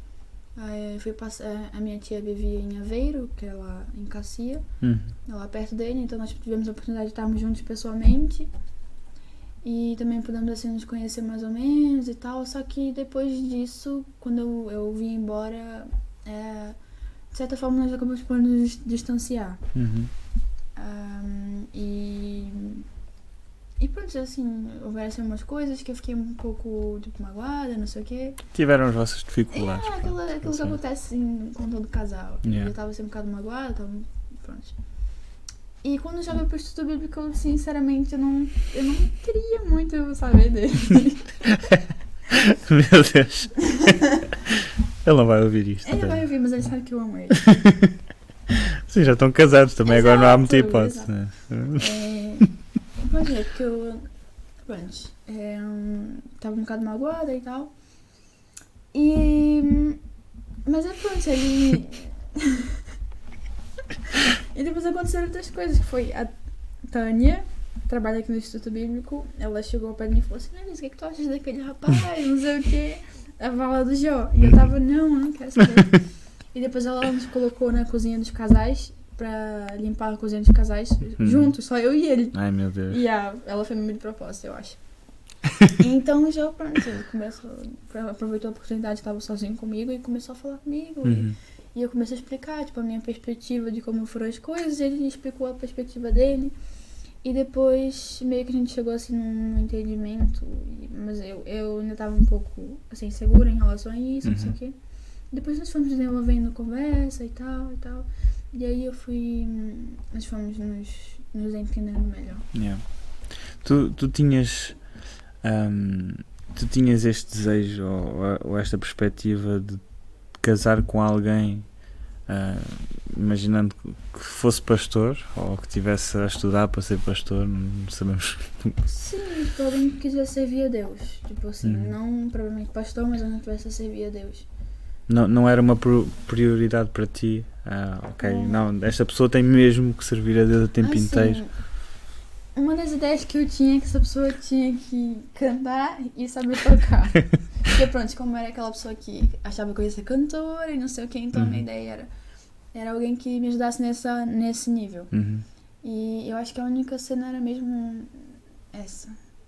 A minha tia vivia em Aveiro, que é lá em Cacia, lá perto dele, então nós tivemos a oportunidade de estarmos juntos pessoalmente. E também pudemos assim nos conhecer mais ou menos e tal, só que depois disso, quando eu vim embora, de certa forma nós acabamos por nos distanciar. E pronto, assim, houveram assim, umas coisas que eu fiquei um pouco tipo, magoada, não sei o quê. Tiveram as vossas dificuldades. Aquilo que acontece assim, com todo casal. Yeah. E eu tava assim um bocado magoada, pronto. E quando eu já veio pro estudo bíblico, eu, sinceramente, eu não queria muito saber dele. Meu Deus. Ele não vai ouvir isto. Ele vai ouvir, mas ele sabe que eu amo ele. Sim, já estão casados também, agora não há muita Exato, hipótese. exato. Né? Pode ver, porque eu. Pronto. Tava um bocado magoada e tal. Mas pronto, ele. E depois aconteceram outras coisas, que foi a Tânia, que trabalha aqui no Instituto Bíblico, ela chegou pra mim e falou assim, Alice, o que tu achas daquele rapaz, não sei o quê, a vala do Jó. E eu tava, não quero saber. E depois ela nos colocou na cozinha dos casais, pra limpar a cozinha dos casais, juntos, só eu e ele. Ai, meu Deus. E ela foi meio de propósito, eu acho. Então o Jó, pronto, aproveitou a oportunidade, estava sozinho comigo e começou a falar comigo. E eu comecei a explicar, tipo, a minha perspectiva de como foram as coisas, ele explicou a perspectiva dele. E depois, meio que a gente chegou, assim, num entendimento. Mas eu ainda tava um pouco, assim, segura em relação a isso, não sei o quê. Depois nós fomos desenvolvendo conversa e tal. E aí nós fomos nos entendendo melhor. Yeah. Tu tinhas... tu tinhas este desejo ou esta perspectiva de casar com alguém, imaginando que fosse pastor ou que estivesse a estudar para ser pastor, não sabemos. Sim, tipo, alguém que quisesse servir a Deus. Tipo assim, não provavelmente pastor, mas alguém que quisesse servir a Deus. Não era uma prioridade para ti? Não, esta pessoa tem mesmo que servir a Deus o tempo inteiro. Uma das ideias que eu tinha é que essa pessoa tinha que cantar e saber tocar. Porque pronto, como era aquela pessoa que achava que eu ia ser cantora e não sei o que, então a minha ideia era alguém que me ajudasse nesse nível. E eu acho que a única cena era mesmo essa.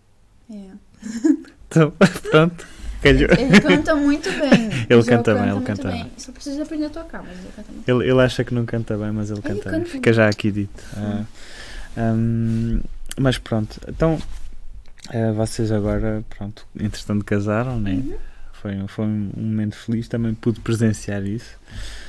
Então, pronto. Ele canta muito bem. Ele canta bem. Só precisa aprender a tocar, mas ele canta muito bem. Ele acha que não canta bem, mas ele canta bem. Fica já aqui dito. Mas pronto, então vocês agora, pronto, entretanto casaram, né? Foi um momento feliz, também pude presenciar isso.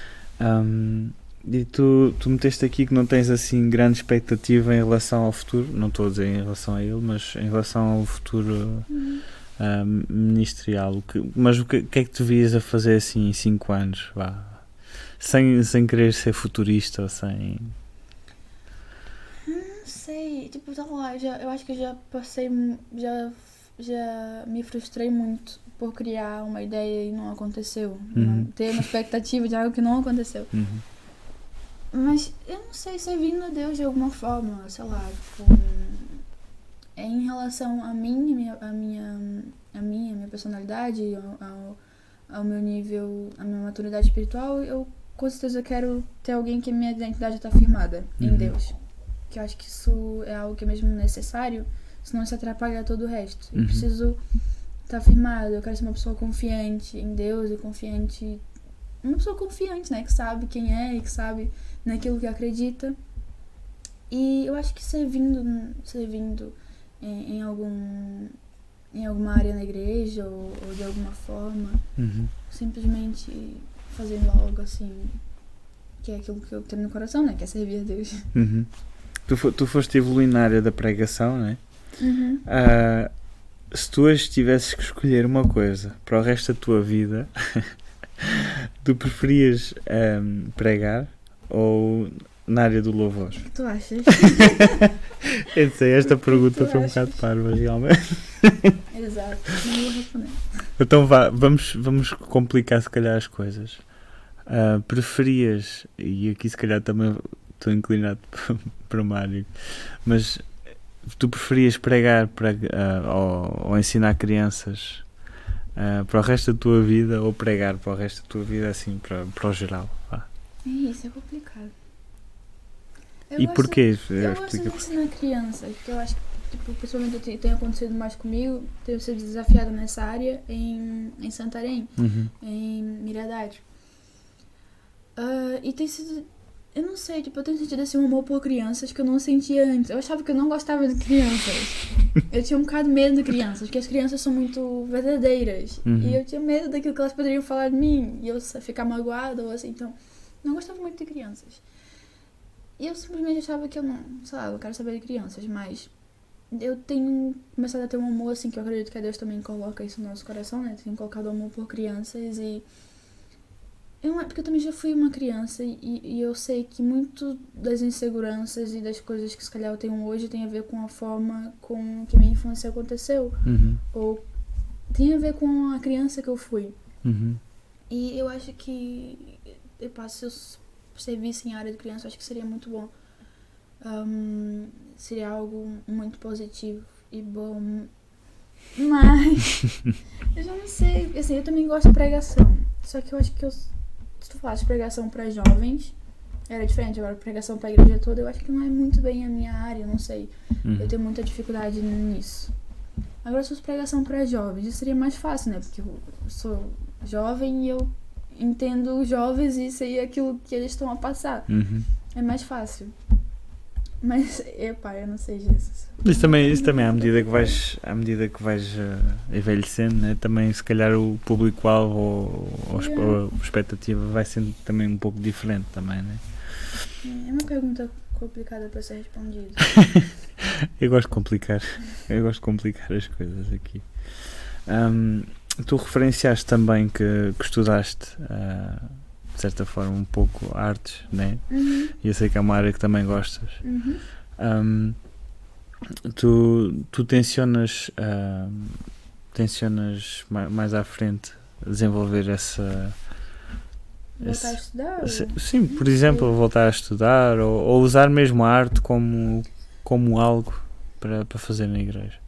E tu meteste aqui que não tens assim grande expectativa em relação ao futuro, não estou a dizer em relação a ele, mas em relação ao futuro ministerial. Mas o que é que tu vias a fazer assim em 5 anos? Vá? Sem querer ser futurista ou sem... Sei, tipo, tá lá, eu acho que já passei, já me frustrei muito por criar uma ideia e não aconteceu. Ter uma expectativa de algo que não aconteceu. Mas eu não sei, servindo a Deus de alguma forma, sei lá, tipo, em relação a mim, a minha personalidade, ao meu nível, a minha maturidade espiritual, eu com certeza quero ter alguém que a minha identidade está firmada em Deus. Que eu acho que isso é algo que é mesmo necessário, senão isso atrapalha todo o resto. Eu preciso estar firmada, eu quero ser uma pessoa confiante em Deus e confiante... Uma pessoa confiante, né? Que sabe quem é e que sabe naquilo que acredita. E eu acho que servindo em alguma área na igreja ou de alguma forma, simplesmente fazendo algo assim, que é aquilo que eu tenho no coração, né? Que é servir a Deus. Tu foste evoluindo na área da pregação, não é? Se tu hoje tivesses que escolher uma coisa para o resto da tua vida, tu preferias pregar ou na área do louvor? O que tu achas? Eu sei, esta pergunta tu foi um achas? bocado parva, realmente. Exato, não vou responder. Então vamos complicar se calhar as coisas. Preferias, e aqui se calhar também estou inclinado para uma área, mas tu preferias pregar ou ensinar crianças para o resto da tua vida, ou pregar para o resto da tua vida, assim, para o geral? Vá. Isso é complicado. E porquê? Eu gosto de ensinar crianças, porque eu acho que, tipo, pessoalmente tem acontecido mais comigo, tenho sido desafiada nessa área em Santarém, Uhum. em Miradade. E tem sido, eu não sei, tipo, eu tenho sentido assim um amor por crianças que eu não sentia antes. Eu achava que eu não gostava de crianças. Eu tinha um bocado medo de crianças, porque as crianças são muito verdadeiras. Uhum. E eu tinha medo daquilo que elas poderiam falar de mim, e eu ficar magoada ou assim, então não gostava muito de crianças. E eu simplesmente achava que eu não, sei lá, eu quero saber de crianças, mas eu tenho começado a ter um amor, assim, que eu acredito que Deus também coloca isso no nosso coração, né? Tem colocado amor por crianças e... porque eu também já fui uma criança e eu sei que muito das inseguranças e das coisas que se calhar eu tenho hoje tem a ver com a forma com que minha infância aconteceu. Uhum. Ou tem a ver com a criança que eu fui. Uhum. E eu acho que, se eu servisse em área de criança, eu acho que seria muito bom. Seria algo muito positivo e bom. Mas eu já não sei. Assim, eu também gosto de pregação. Só que eu acho que se tu falasse pregação para jovens, era diferente. Agora, pregação para a igreja toda, eu acho que não é muito bem a minha área, eu não sei. Uhum. Eu tenho muita dificuldade nisso. Agora, se fosse pregação para jovens, isso seria mais fácil, né? Porque eu sou jovem e eu entendo os jovens e sei aquilo que eles estão a passar. Uhum. É mais fácil. Mas, eu não sei, Jesus. Isso também à medida que vais envelhecendo, né? Também se calhar o público-alvo ou a expectativa vai sendo também um pouco diferente também, né? É uma pergunta complicada para ser respondida. Eu gosto de complicar as coisas aqui. Tu referenciaste também que estudaste de certa forma um pouco artes, né? Uhum. E eu sei que é uma área que também gostas. Uhum. Tu tencionas mais à frente desenvolver essa... Voltar a estudar? Sim, por exemplo, voltar a estudar ou usar mesmo a arte como algo para fazer na igreja.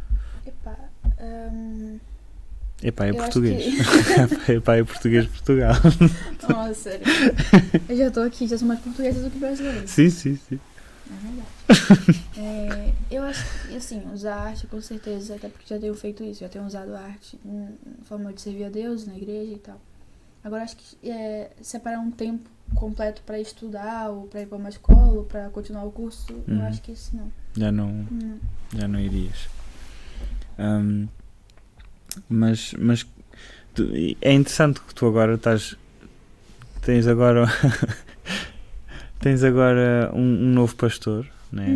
Epá, é eu português. acho Epá, é português de Portugal. Nossa, sério. Eu já estou aqui, já sou mais portuguesa do que brasileira. Sim. É verdade. Eu acho que, assim, usar arte com certeza, até porque já tenho feito isso, já tenho usado a arte em forma de servir a Deus na igreja e tal. Agora acho que separar um tempo completo para estudar ou para ir para uma escola ou para continuar o curso, eu acho que isso não. Já não irias. Mas é interessante que tu agora tens agora um novo pastor, né?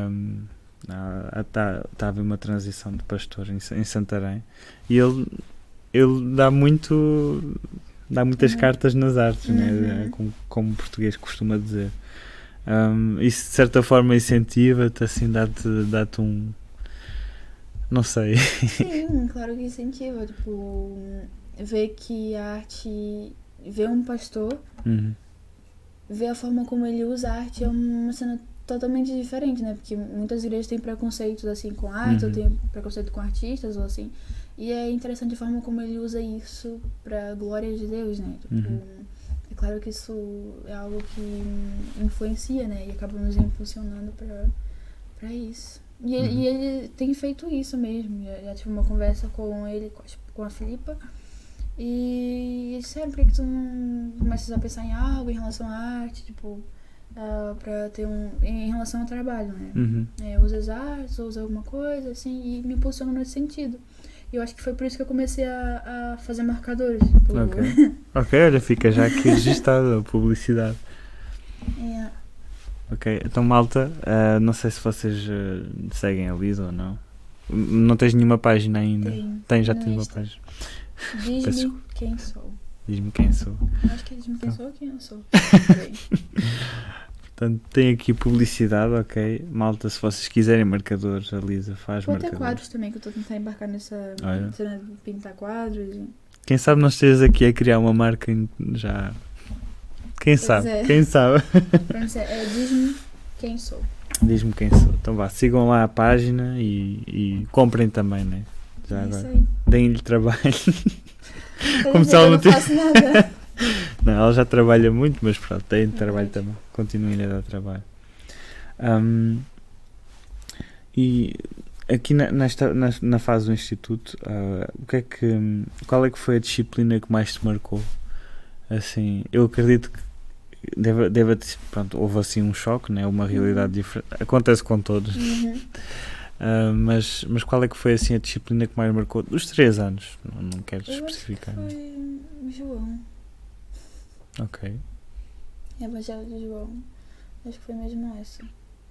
Está a haver uma transição de pastor em Santarém e ele dá muitas cartas nas artes, né? Como o português costuma dizer. Isso de certa forma incentiva-te, assim, dá-te um... Não sei. Sim, claro que incentiva. Tipo, ver que a arte... Ver um pastor, ver a forma como ele usa a arte é uma cena totalmente diferente, né? Porque muitas igrejas têm preconceitos, assim, com arte, ou têm preconceito com artistas, ou assim. E é interessante a forma como ele usa isso pra glória de Deus, né? Tipo, é claro que isso é algo que influencia, né? E acaba nos impulsionando pra isso. E ele tem feito isso mesmo. Já tive uma conversa com ele, com a Filipa. E disseram, por que tu não começas a pensar em algo em relação à arte, tipo, pra ter em relação ao trabalho, né? Usas artes, ou usa alguma coisa, assim, e me impulsionou nesse sentido. E eu acho que foi por isso que eu comecei a fazer marcadores. Tipo... Ok, olha, fica já aqui registado a publicidade. Ok, então malta, não sei se vocês seguem a Lisa ou não. Não tens nenhuma página ainda? Já tens uma página. Diz-me quem sou. Diz-me quem sou. Acho que diz-me quem sou ou quem eu sou. Portanto, tem aqui publicidade, ok. Malta, se vocês quiserem marcadores, a Lisa faz Vou ter marcadores. quadros também, que eu estou a tentar embarcar nessa Olha. cena de pintar quadros. Quem sabe não estejas aqui a criar uma marca já... Quem sabe? é. Quem sabe? Pronto, diz-me quem sou. Diz-me quem sou. Então vá, sigam lá a página e comprem também, né? Já É isso agora. aí. Deem-lhe trabalho. Estás Como a se dizer ela que eu não não faço nada. Não, ela já trabalha muito, mas pronto, deem-lhe trabalho Verdade. também. Continuem a dar trabalho. E aqui na fase do instituto, qual é que foi a disciplina que mais te marcou? Assim, eu acredito que pronto, houve assim um choque, né? Uma realidade diferente. Acontece com todos. Uhum. Mas qual é que foi assim a disciplina que mais marcou? Dos 3 anos, não quero Eu acho que especificar. foi João. Ok. Evangelho de João. Acho que foi mesmo essa.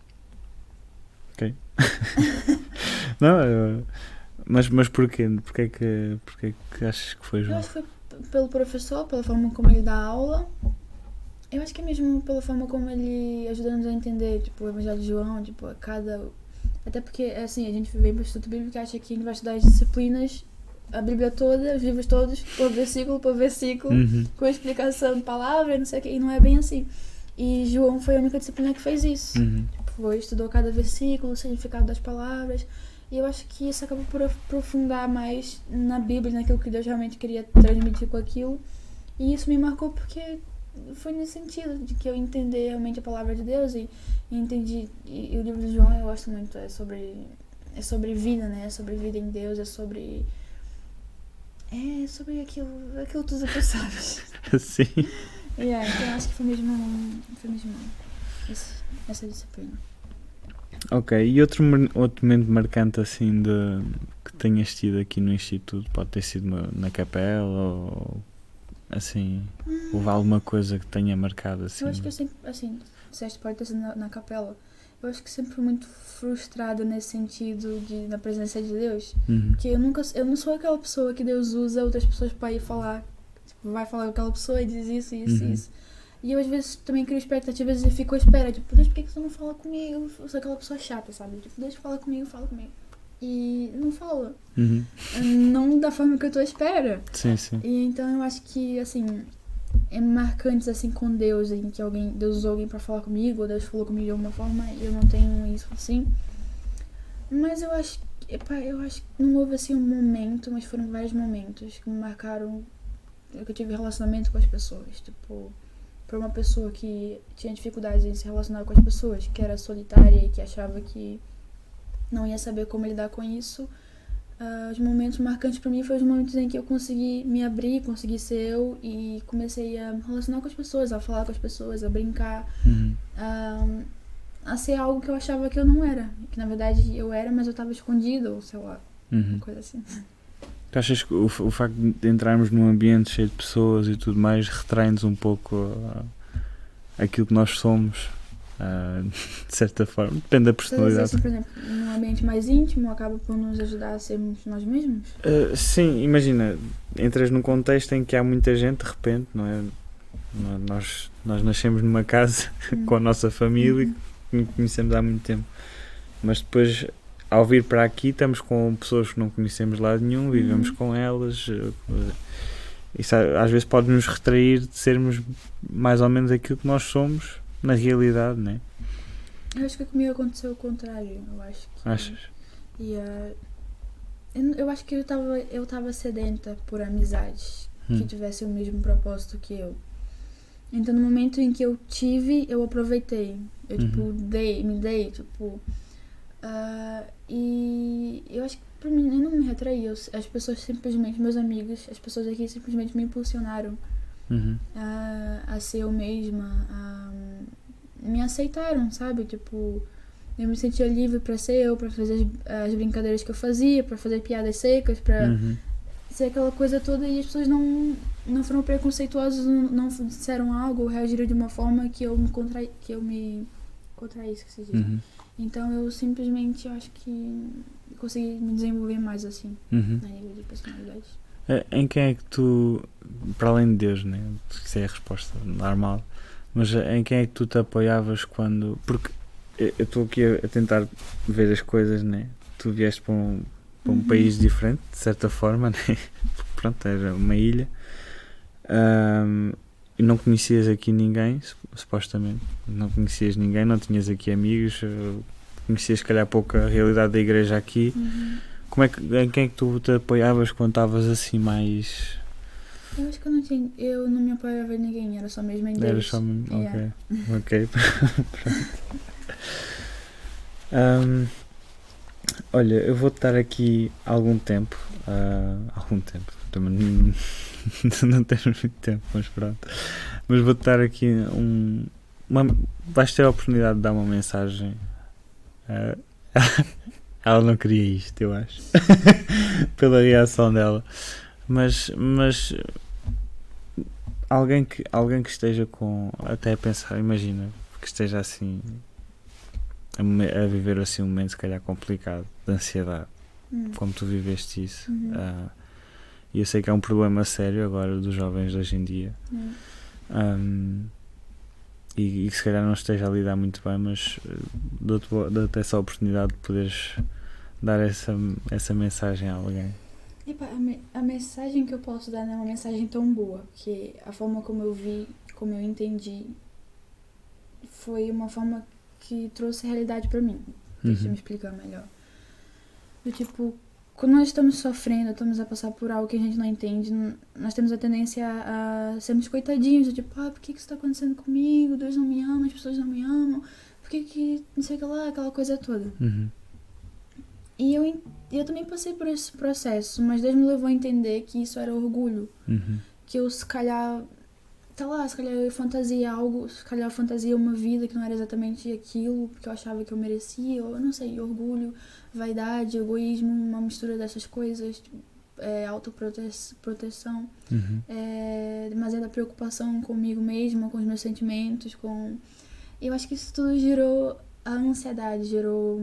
Não, mas porquê? Porquê que achas que foi Eu João? acho que foi pelo professor, pela forma como ele dá aula. Eu acho que é mesmo pela forma como ele ajuda-nos a entender, tipo, o Evangelho de João, tipo, a cada... Até porque, assim, a gente vem para o Instituto Bíblico e acha que a gente vai estudar as disciplinas, a Bíblia toda, os livros todos, por versículo, Uhum. com explicação de palavra, não sei o que, e não é bem assim. E João foi a única disciplina que fez isso. Uhum. Foi, estudou cada versículo, o significado das palavras. E eu acho que isso acaba por aprofundar mais na Bíblia, naquilo que Deus realmente queria transmitir com aquilo. E isso me marcou porque foi nesse sentido, de que eu entender realmente a palavra de Deus e entendi. E o livro de João eu gosto muito, é sobre vida, né? É sobre vida em Deus, é sobre aquilo tudo que tu sabes. Sim. Então eu acho que foi mesmo essa disciplina. Ok, e outro momento marcante assim que tenhas tido aqui no Instituto? Pode ter sido na capela ou assim, houve alguma coisa que tenha marcado assim? Eu acho que eu sempre, assim, disseste pode ter sido na capela. Eu acho que sempre fui muito frustrada nesse sentido na presença de Deus. Uhum. Porque eu não sou aquela pessoa que Deus usa outras pessoas para ir falar. Tipo, vai falar com aquela pessoa e diz isso, isso, Uhum. isso. E eu às vezes também crio expectativas e fico à espera. Tipo, Deus, por que você não fala comigo? Eu sou aquela pessoa chata, sabe? Tipo, Deus fala comigo. E não fala. Uhum. Não da forma que eu tô à espera. Sim, sim. E então eu acho que, assim, é marcantes assim com Deus, em que Deus usou alguém pra falar comigo, ou Deus falou comigo de alguma forma, e eu não tenho isso assim. Mas eu acho que não houve assim um momento, mas foram vários momentos que me marcaram, que eu tive relacionamento com as pessoas. Tipo, pra uma pessoa que tinha dificuldades em se relacionar com as pessoas, que era solitária e que achava que não ia saber como lidar com isso. Os momentos marcantes pra mim foram os momentos em que eu consegui me abrir, consegui ser eu e comecei a me relacionar com as pessoas, a falar com as pessoas, a brincar, Uhum. a ser algo que eu achava que eu não era. Que na verdade eu era, mas eu tava escondida, ou sei lá, Uhum. uma coisa assim. Tu achas que o facto de entrarmos num ambiente cheio de pessoas e tudo mais retrai-nos um pouco aquilo que nós somos, de certa forma? Depende da personalidade. Assim, por exemplo, num ambiente mais íntimo, acaba por nos ajudar a sermos nós mesmos? Sim, imagina, entras num contexto em que há muita gente, de repente, não é? Nós nascemos numa casa com a nossa família que não conhecemos há muito tempo, mas depois, ao vir para aqui, estamos com pessoas que não conhecemos de lado nenhum, vivemos com elas. Isso às vezes pode nos retrair de sermos mais ou menos aquilo que nós somos na realidade, não é? Eu acho que comigo aconteceu o contrário. Eu acho que... Achas? Eu acho que eu tava sedenta por amizades que tivessem o mesmo propósito que eu. Então no momento em que eu tive, eu aproveitei. Eu tipo, me dei, tipo... e eu acho que pra mim, eu não me retraí. As pessoas simplesmente, meus amigos, as pessoas aqui simplesmente me impulsionaram a ser eu mesma, me aceitaram, sabe? Tipo, eu me sentia livre pra ser eu, pra fazer as brincadeiras que eu fazia, pra fazer piadas secas, pra ser aquela coisa toda, e as pessoas não foram preconceituosas, não disseram algo ou reagiram de uma forma que eu me contraísse, que se diz. Então eu simplesmente acho que consegui me desenvolver mais assim, a nível de personalidade. Em quem é que tu, para além de Deus, né? Isso é a resposta normal, Mas em quem é que tu te apoiavas quando... Porque eu estou aqui a tentar ver as coisas, né? Tu vieste para um país diferente, de certa forma, né? Pronto, era uma ilha. E não conhecias aqui ninguém, supostamente. Não conhecias ninguém, não tinhas aqui amigos. Conhecias, se calhar, pouco a realidade da igreja aqui. Em quem é que tu te apoiavas quando estavas assim mais... Eu acho que eu não me apoiava em ninguém, era só mesmo em Deus. Era só mesmo... Yeah. Ok. Olha, eu vou-te dar aqui algum tempo. Também não tens muito tempo, mas pronto. Mas vou-te dar aqui vais ter a oportunidade de dar uma mensagem. Ela não queria isto, eu acho. Pela reação dela. Mas alguém que esteja com... Até a pensar, imagina, que esteja assim a viver assim um momento se calhar complicado, de ansiedade, como tu viveste isso. E eu sei que é um problema sério agora dos jovens de hoje em dia. E que se calhar não esteja a lidar muito bem, mas dou-te essa oportunidade de poderes dar essa mensagem a alguém. Epa, a mensagem que eu posso dar não é uma mensagem tão boa, porque a forma como eu vi, como eu entendi, foi uma forma que trouxe realidade pra mim. Deixa eu me explicar melhor. Do tipo, quando nós estamos sofrendo, estamos a passar por algo que a gente não entende, nós temos a tendência a sermos coitadinhos, do tipo, por que isso tá acontecendo comigo? Deus não me ama, as pessoas não me amam, por que não sei o que lá, aquela coisa toda. E eu também passei por esse processo, mas Deus me levou a entender que isso era orgulho. Que eu, se calhar, se calhar eu fantasia algo, se calhar eu fantasia uma vida que não era exatamente aquilo, porque eu achava que eu merecia, ou eu não sei, orgulho, vaidade, egoísmo, uma mistura dessas coisas, autoproteção, demasiada preocupação comigo mesma, com os meus sentimentos, Eu acho que isso tudo gerou a ansiedade, gerou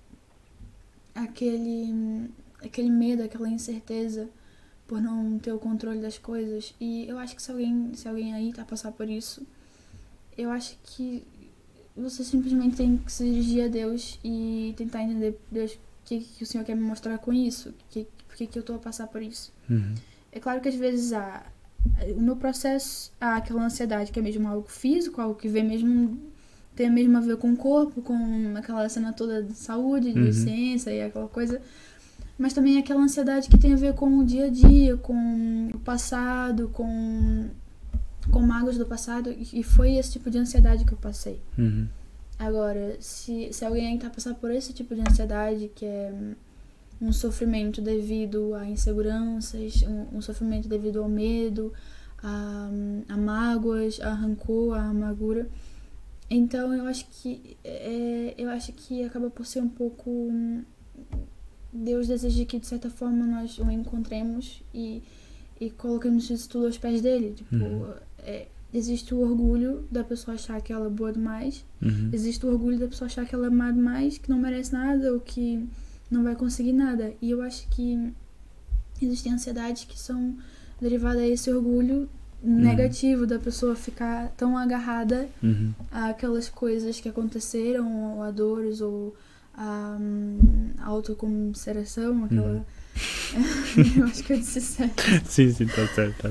aquele medo, aquela incerteza por não ter o controle das coisas. E eu acho que se alguém aí tá a passar por isso, eu acho que você simplesmente tem que se dirigir a Deus e tentar entender, Deus, o que o Senhor quer me mostrar com isso, por que eu tô a passar por isso. É claro que às vezes o meu processo, aquela ansiedade que é mesmo algo físico, algo que vem mesmo, tem mesmo a ver com o corpo, com aquela cena toda de saúde, de ciência e aquela coisa, mas também aquela ansiedade que tem a ver com o dia a dia, com o passado, com mágoas do passado, e foi esse tipo de ansiedade que eu passei. Agora, se alguém tá passando por esse tipo de ansiedade, que é um sofrimento devido a inseguranças, um sofrimento devido ao medo, a mágoas, a rancor, a amargura, então eu acho que acaba por ser um pouco... Deus deseja que de certa forma nós o encontremos e coloquemos isso tudo aos pés dele. Tipo, existe o orgulho da pessoa achar que ela é boa demais, existe o orgulho da pessoa achar que ela é má demais, que não merece nada ou que não vai conseguir nada. E eu acho que existem ansiedades que são derivadas a esse orgulho negativo da pessoa ficar tão agarrada àquelas coisas que aconteceram, ou a dores, ou a autocomiseração, aquela... eu acho que eu disse certo. Sim, tá certo.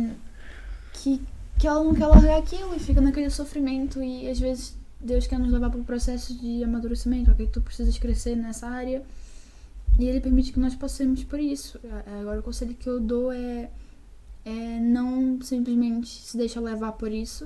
Que ela não quer largar aquilo e fica naquele sofrimento, e às vezes Deus quer nos levar para o processo de amadurecimento, ok? Tu precisas crescer nessa área, e Ele permite que nós passemos por isso. Agora o conselho que eu dou é não simplesmente se deixa levar por isso,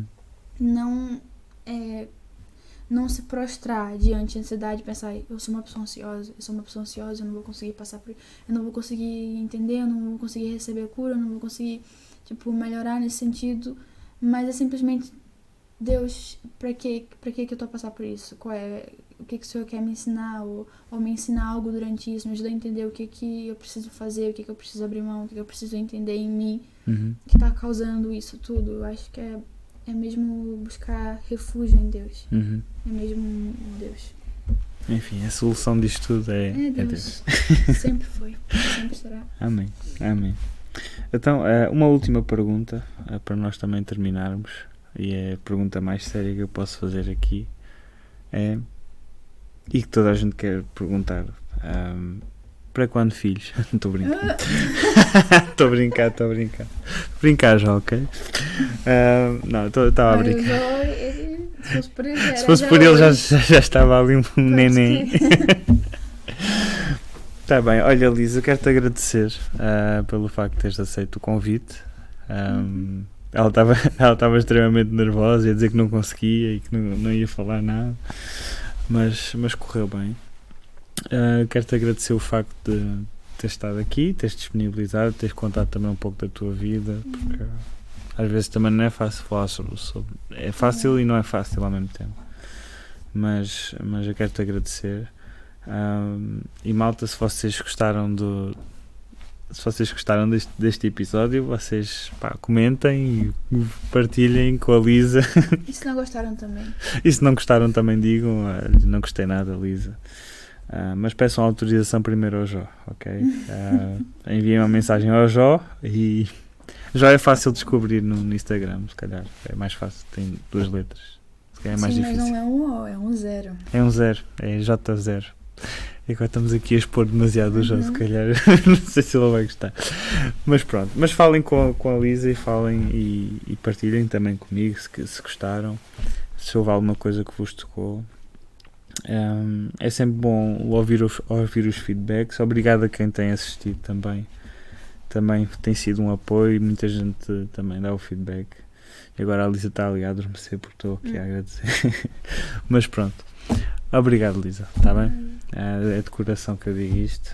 não se prostrar diante da ansiedade e pensar, eu sou uma pessoa ansiosa, eu não vou conseguir passar por isso, eu não vou conseguir entender, eu não vou conseguir receber cura, eu não vou conseguir, melhorar nesse sentido, mas é simplesmente, Deus, pra que eu tô a passar por isso? O que o Senhor quer me ensinar, ou me ensinar algo durante isso, me ajuda a entender o que eu preciso fazer, o que eu preciso abrir mão, o que eu preciso entender em mim, que tá causando isso tudo. Eu acho que é mesmo buscar refúgio em Deus. É mesmo Deus. Enfim, a solução disto tudo é Deus. Sempre foi, sempre será. Amém. Então, uma última pergunta para nós também terminarmos. e é a pergunta mais séria que eu posso fazer aqui, e que toda a gente quer perguntar: para quando filhos? Estou brincando. Estou a brincar. Brincar já, ok? Não, estava a brincar. Se fosse por ele, Se fosse por ele já estava ali um neném. Está bem, olha, Lisa, eu quero-te agradecer pelo facto de teres aceito o convite. Ela estava extremamente nervosa, ia dizer que não conseguia e que não ia falar nada, mas correu bem. Quero-te agradecer o facto de teres estado aqui, teres disponibilizado, teres contado também um pouco da tua vida, porque às vezes também não é fácil falar sobre é fácil e não é fácil ao mesmo tempo, mas eu quero-te agradecer. E malta, se vocês gostaram deste episódio, vocês comentem e partilhem com a Lisa. E se não gostaram também? E se não gostaram também digam: não gostei nada, Lisa. Mas peçam autorização primeiro ao Jó, ok? Enviem uma mensagem ao Jó, e Jó é fácil de descobrir no Instagram, se calhar é mais fácil, tem 2 letras, se calhar é mais difícil. Mas não é um O, é um 0. É um 0, é J0. E agora estamos aqui a expor demasiado o Jó, se calhar não sei se ele vai gostar, mas pronto. Mas falem com a Lisa e falem e partilhem também comigo se gostaram, se houve alguma coisa que vos tocou. É sempre bom ouvir os feedbacks. Obrigado a quem tem assistido também tem sido um apoio, muita gente também dá o feedback. E agora a Lisa está ali a adormecer porque estou aqui a agradecer. Mas pronto, obrigado, Lisa, está bem? É de coração que eu digo isto.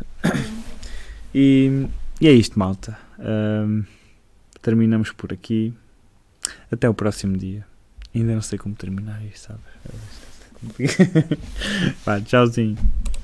E é isto, malta. Terminamos por aqui. Até o próximo dia. Ainda não sei como terminar isto, sabes? Vá, tchauzinho.